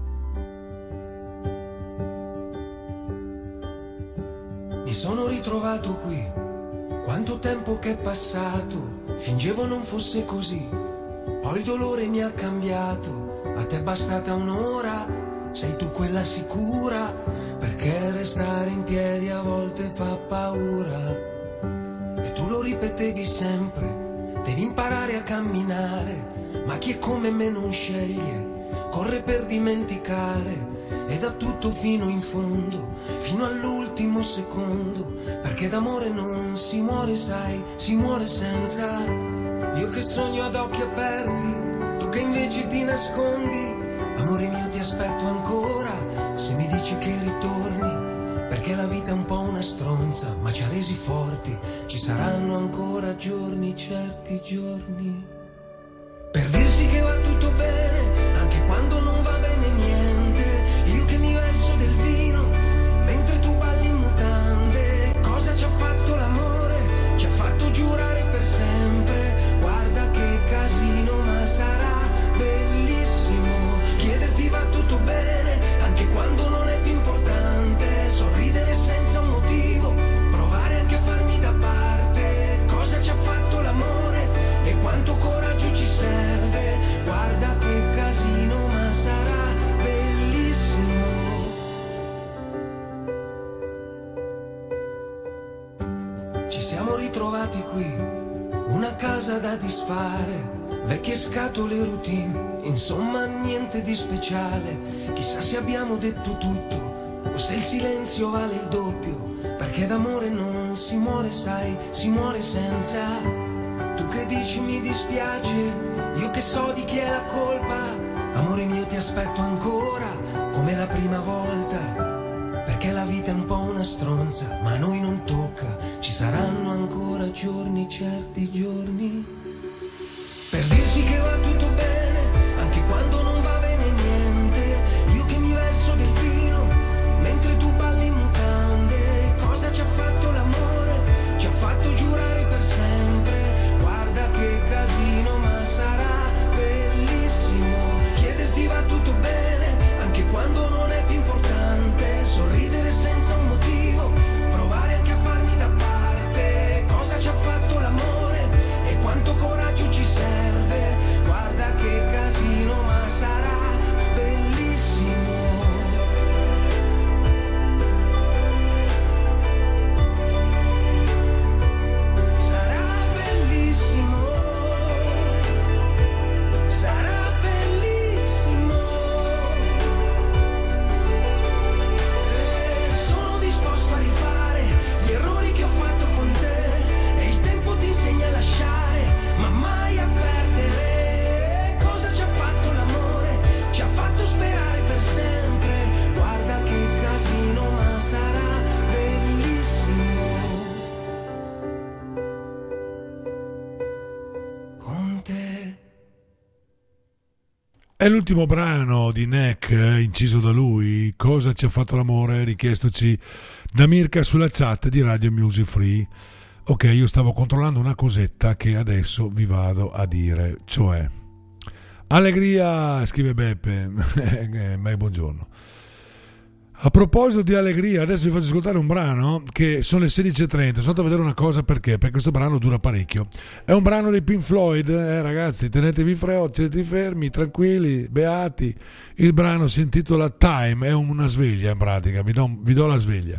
S10: Mi sono ritrovato qui, quanto tempo che è passato, fingevo non fosse così, poi il dolore mi ha cambiato, a te è bastata un'ora, sei tu quella sicura, perché restare in piedi a volte fa paura, e tu lo ripetevi sempre, devi imparare a camminare, ma chi è come me non sceglie, corre per dimenticare, e da tutto fino in fondo, fino all'ultimo secondo, perché d'amore non si muore, sai, si muore senza. Io che sogno ad occhi aperti, tu che invece ti nascondi, amore mio ti aspetto ancora, se mi dici che ritorni, perché la vita è un po' una stronza, ma ci ha resi forti, ci saranno ancora giorni, certi giorni, per dirsi che va tutto bene, anche quando non va bene niente. Io che mi verso del vino, mentre tu balli in mutande. Cosa ci ha fatto l'amore? Ci ha fatto giurare per sempre. Guarda che casino, ma sarà bellissimo. Chiederti va tutto bene, anche quando non è più importante. Sorridere senza un motivo, provare anche a farmi da parte. Cosa ci ha fatto l'amore? E quanto coraggio ci serve? Guarda che casino, ma sarà ritrovati qui, una casa da disfare, vecchie scatole routine, insomma niente di speciale, chissà se abbiamo detto tutto, o se il silenzio vale il doppio, perché d'amore non si muore, sai, si muore senza. Tu che dici mi dispiace, io che so di chi è la colpa, amore mio ti aspetto ancora, come la prima volta. Perché la vita è un po' una stronza, ma a noi non tocca, ci saranno ancora giorni, certi giorni, per dirsi che va tutto bene, anche quando non va bene niente. Io che mi verso del vino, mentre tu balli in mutande. Cosa ci ha fatto l'amore? Ci ha fatto giurare per sempre. Guarda che casino, ma sarà bellissimo. Chiederti va tutto bene, anche quando non è più importante. Sorridere senza un motivo, provare anche a farmi da parte. Cosa ci ha fatto l'amore e quanto coraggio ci serve? Guarda che casino, ma sarà bellissimo. Sarà bellissimo. Sarà bellissimo. Sono disposto a rifare gli errori che ho fatto con te, e il tempo ti insegna a lasciare, ma mai a perdere. Cosa ci ha fatto l'amore? Ci ha fatto sperare per sempre. Guarda che casino, ma sarà bellissimo con te.
S4: È l'ultimo brano di Neck, eh, inciso da lui, Cosa ci ha fatto l'amore, richiestoci da Mirka sulla chat di Radio Music Free. Ok, io stavo controllando una cosetta che adesso vi vado a dire, cioè allegria, scrive Beppe, eh, ma buongiorno. A proposito di allegria, adesso vi faccio ascoltare un brano che sono le sedici e trenta. Sono andato a vedere una cosa, perché perché questo brano dura parecchio. È un brano dei Pink Floyd, eh, ragazzi, tenetevi fretti, tenetevi fermi, tranquilli, beati. Il brano si intitola Time, è una sveglia in pratica, vi do, vi do la sveglia.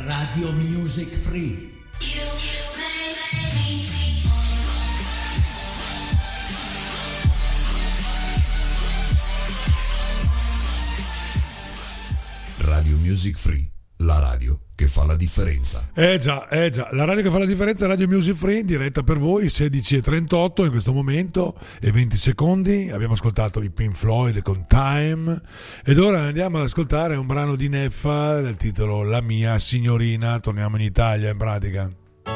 S1: Radio Music Free.
S3: Radio Music Free, la radio che fa la differenza.
S4: Eh già, eh già, la radio che fa la differenza è Radio Music Free, in diretta per voi, sedici e trentotto in questo momento e venti secondi. Abbiamo ascoltato i Pink Floyd con Time ed ora andiamo ad ascoltare un brano di Neffa del titolo La mia signorina. Torniamo in Italia in pratica.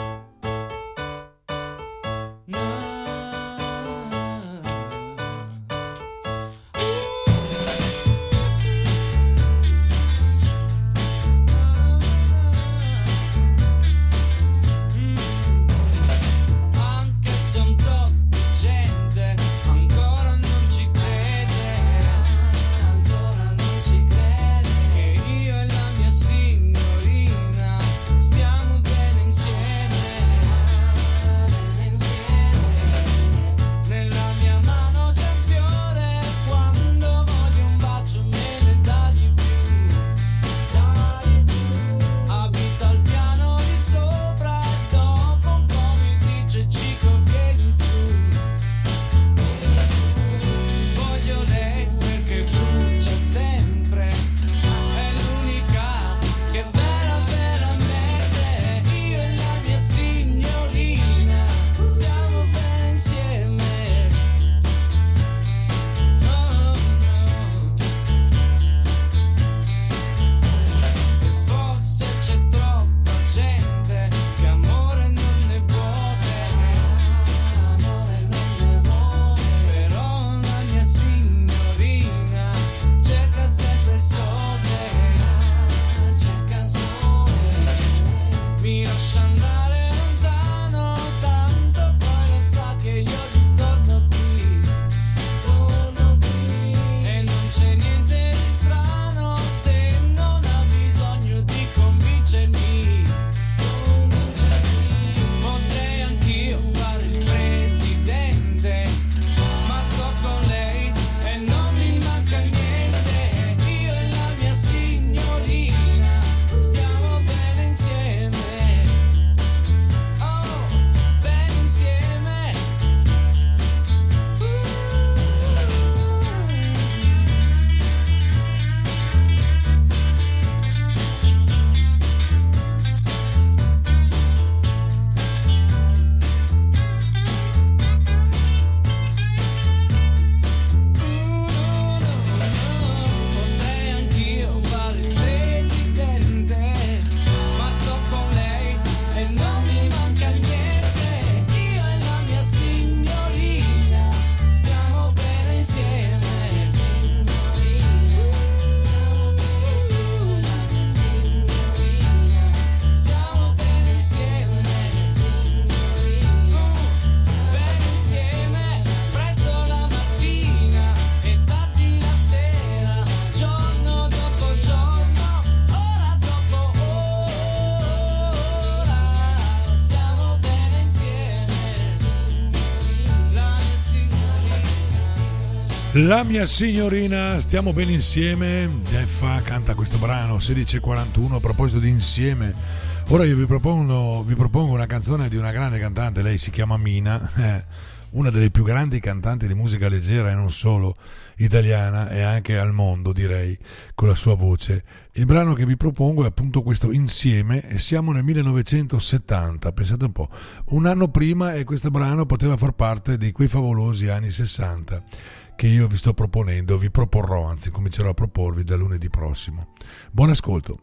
S4: La mia signorina, stiamo bene insieme. Neffa canta questo brano sedici e quarantuno. A proposito di insieme, ora io vi propongo, vi propongo una canzone di una grande cantante. Lei si chiama Mina, eh, una delle più grandi cantanti di musica leggera e non solo italiana e anche al mondo, direi, con la sua voce. Il brano che vi propongo è appunto questo Insieme e siamo nel millenovecentosettanta, pensate un po', un anno prima, e questo brano poteva far parte di quei favolosi anni sessanta che io vi sto proponendo, vi proporrò, anzi comincerò a proporvi da lunedì prossimo. Buon ascolto.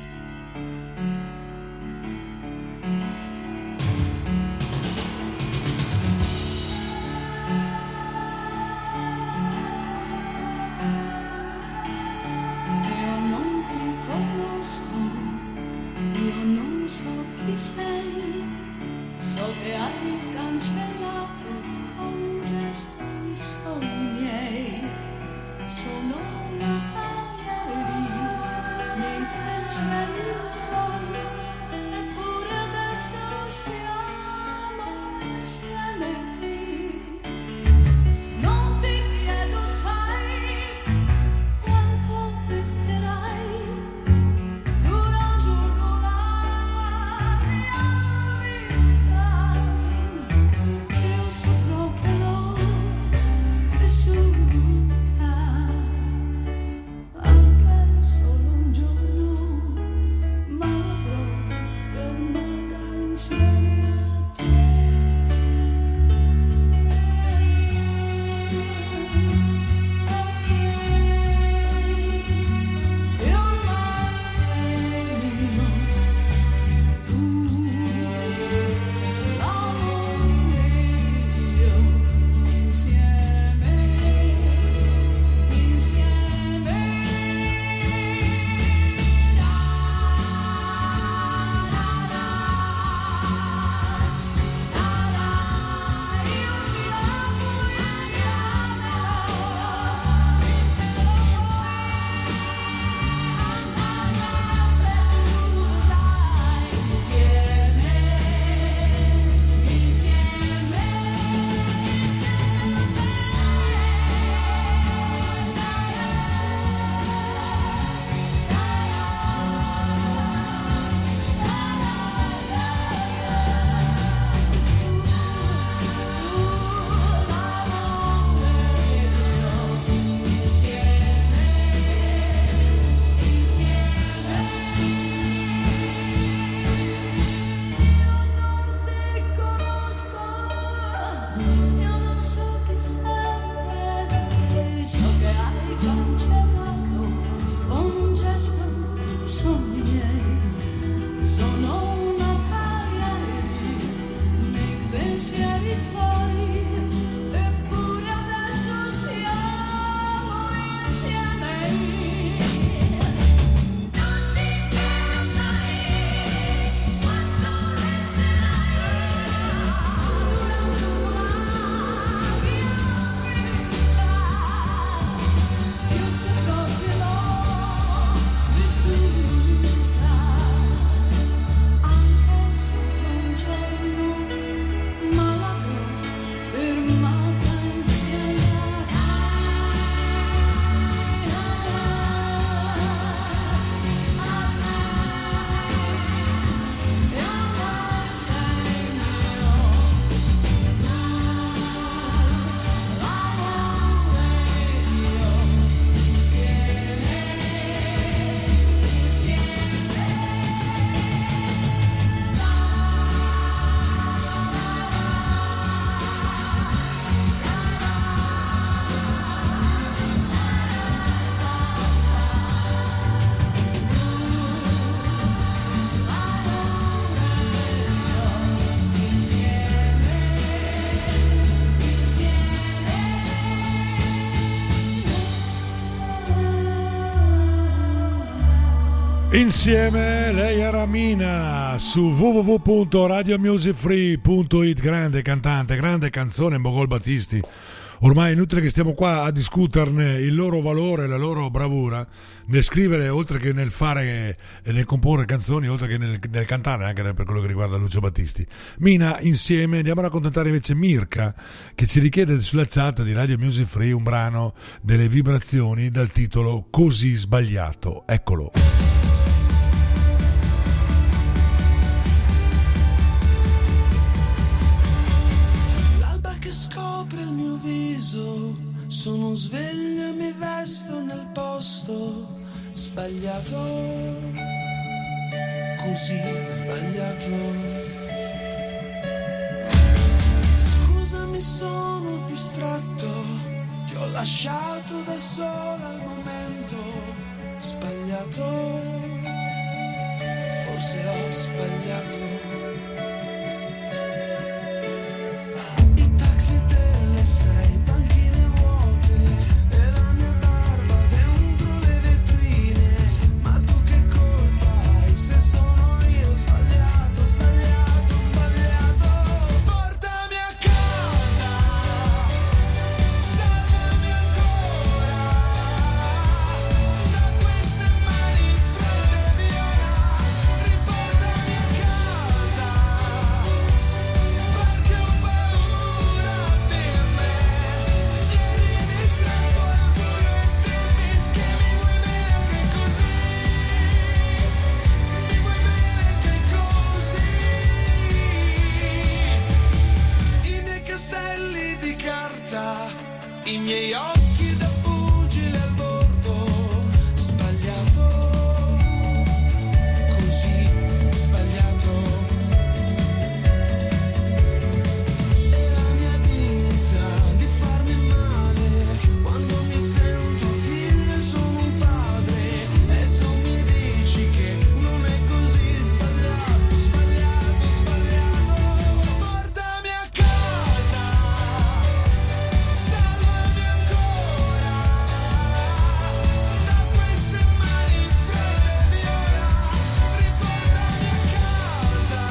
S6: Io non ti conosco, io non so chi sei, so che hai cancellato con un gesto i sogni miei, sono nata ieri nei
S4: Insieme, lei era Mina su w w w punto radio music free punto it. Grande cantante, grande canzone, Mogol Battisti. Ormai è inutile che stiamo qua a discuterne il loro valore, la loro bravura nel scrivere, oltre che nel fare e nel comporre canzoni, oltre che nel, nel cantare, anche per quello che riguarda Lucio Battisti. Mina, insieme andiamo a raccontare invece Mirka, che ci richiede sulla chat di Radio Music Free un brano delle Vibrazioni dal titolo Così sbagliato. Eccolo.
S7: Che scopre il mio viso, sono sveglio e mi vesto nel posto sbagliato, così sbagliato. Scusami, sono distratto, ti ho lasciato da sola al momento sbagliato, forse ho sbagliato. Delle sei banchine vuote e la mia barba dentro le vetrine, ma tu che colpa hai se sono io sbagliato, sbagliato, sbagliato. Portami a casa, salvami ancora da queste mani fredde viola, riportami a casa perché ho paura. Castelli di carta, i miei occhi da pugile al bordo sbagliato, così sbagliato. E la mia vita di farmi male quando mi sento figlio e sono un padre, e tu mi dici che non è così sbagliato, sbagliato, sbagliato. Portami a casa, salvami ancora da queste mani fredde viola, riportami a casa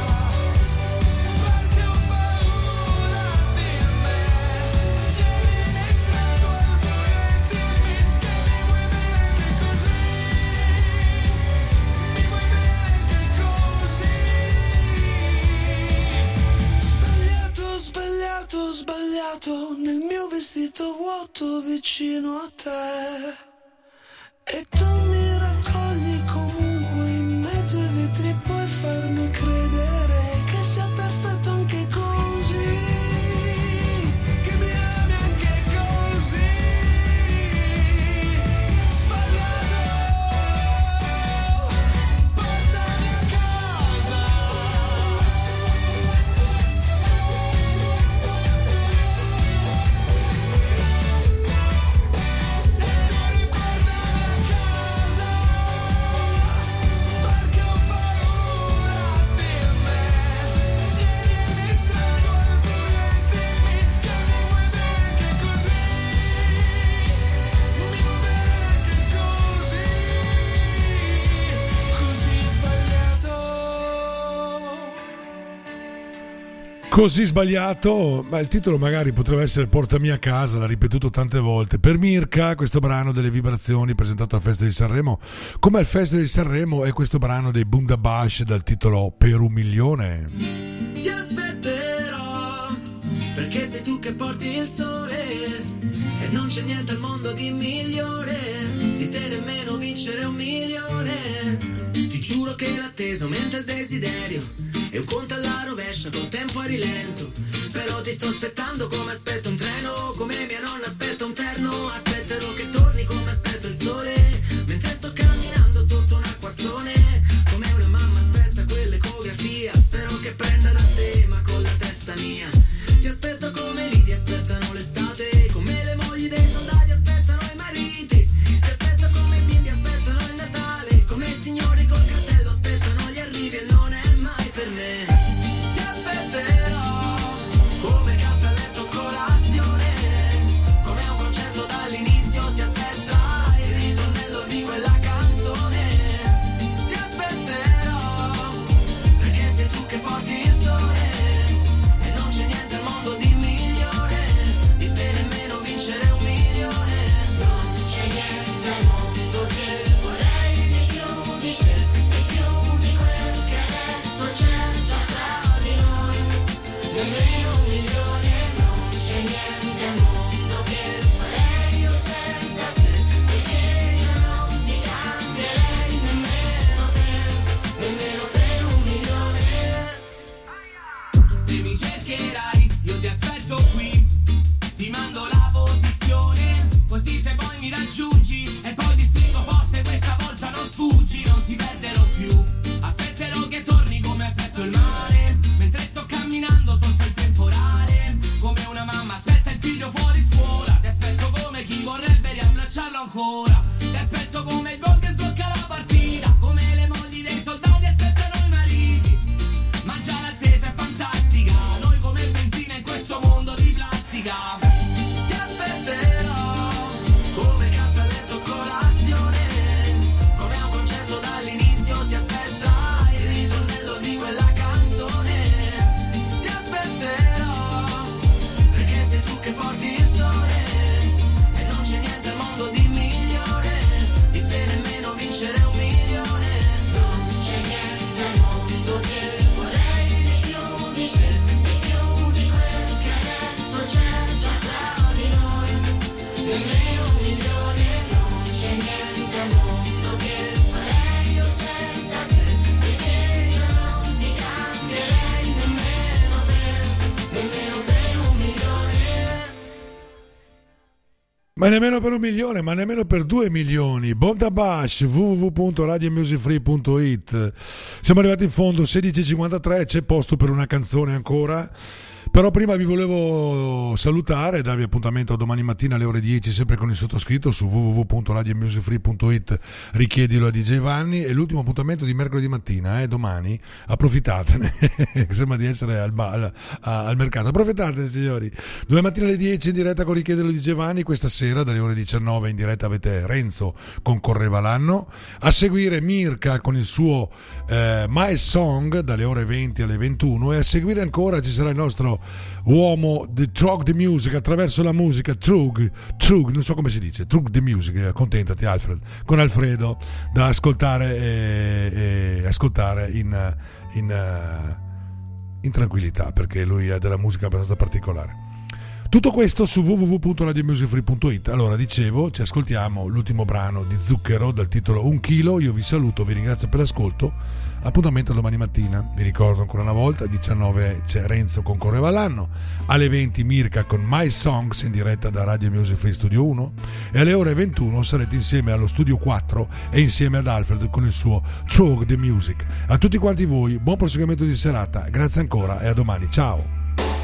S7: perché ho paura di me. Tienimi stretto al buio e dimmi che mi vuoi bene, che così mi vuoi bene, che così. Sbagliato, sbagliato, sbagliato nel mio vestito vuoto vicino a te, e tu mi raccogli comunque in mezzo ai vetri, puoi farmi credere che sia perfetto anche così, che mi ami anche così. Sbagliato, portami a casa.
S4: Così sbagliato, ma il titolo magari potrebbe essere Portami a casa, l'ha ripetuto tante volte. Per Mirka, questo brano delle Vibrazioni presentato al Festival di Sanremo. Come al Festival di Sanremo è questo brano dei Bundabash dal titolo Per un milione.
S11: Ti aspetterò, perché sei tu che porti il sole, e non c'è niente al mondo di migliore di te, nemmeno vincere un milione. Ti giuro che l'attesa aumenta il desiderio, e un conto alla rovescia col tempo a rilento. Però ti sto aspettando come aspetto un treno, come mia nonna aspetta un terno. Aspetterò che torni come aspetto il sole, mentre sto camminando sotto un acquazzone, come una mamma aspetta quell'ecografia. Spero che prenda da te ma con la testa mia. Ti aspetto come lì aspettano l'estate, come le mogli dei soldati aspettano i mariti. Ti aspetto come i bimbi aspettano il Natale, come i signori col cartello aspettano gli arrivi, e non è mai per me. Ti aspetterò come il caffè a letto colazione, come un
S4: Ma nemmeno per un milione, ma nemmeno per due milioni. Bonda Bash, w w w punto radio music free punto it. Siamo arrivati in fondo, sedici e cinquantatré, c'è posto per una canzone ancora. Però prima vi volevo salutare e darvi appuntamento domani mattina alle ore dieci, sempre con il sottoscritto su w w w punto radio music free punto it. Richiedilo a D J Vanni. E l'ultimo appuntamento di mercoledì mattina, eh, domani. Approfittatene, sembra di essere al, al, al mercato. Approfittatene, signori. Domani mattina alle dieci in diretta con Richiedilo a D J Vanni. Questa sera dalle ore diciannove in diretta avete Renzo con Correva l'anno. A seguire Mirka con il suo eh, My Song dalle ore venti alle ventuno. E a seguire ancora ci sarà il nostro uomo di Trug the Music, attraverso la musica. Trug, Trug, non so come si dice, Trug the Music, contentati Alfred, con Alfredo, da ascoltare e, e ascoltare in, in, in tranquillità, perché lui ha della musica abbastanza particolare. Tutto questo su w w w punto radio music free punto it. Allora, dicevo, ci ascoltiamo l'ultimo brano di Zucchero dal titolo Un chilo. Io vi saluto, vi ringrazio per l'ascolto. Appuntamento domani mattina. Vi ricordo ancora una volta, diciannove c'è Renzo con Correva l'anno, alle venti Mirka con My Songs in diretta da Radio Music Free Studio uno, e alle ore ventuno sarete insieme allo Studio quattro e insieme ad Alfred con il suo Trug the Music. A tutti quanti voi, buon proseguimento di serata, grazie ancora e a domani, ciao!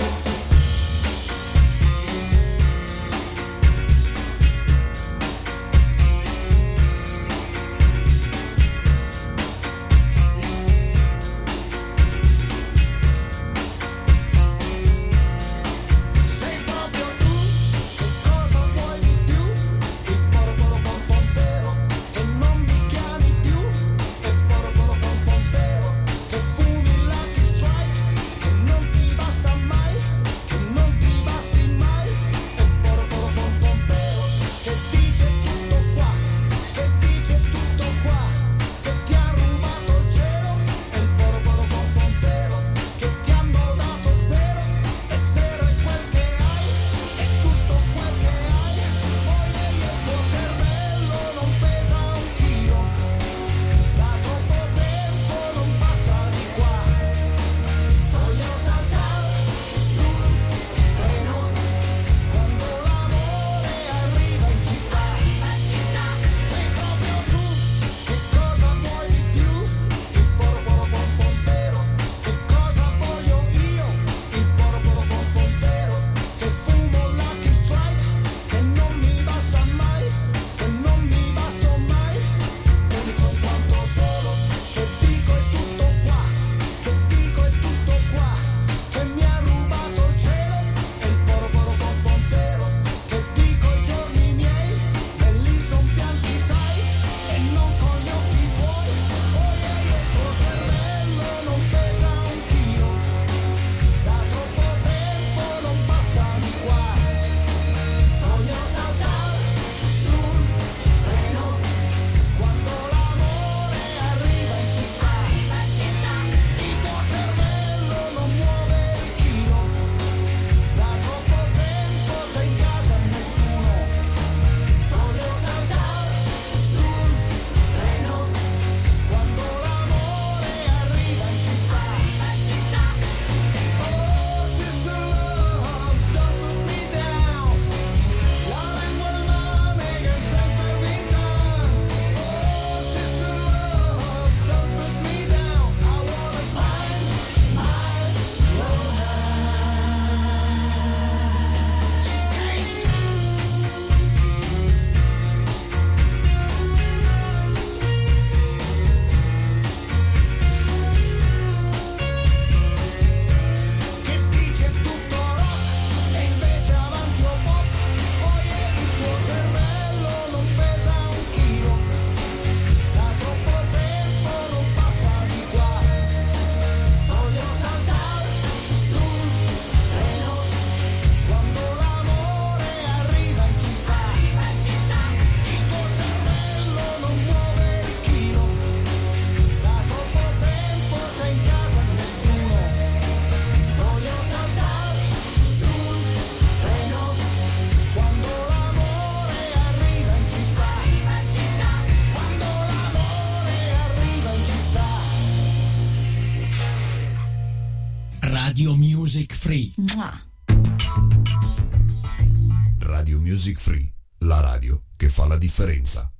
S1: Radio Music Free.
S3: Radio Music Free, la radio che fa la differenza.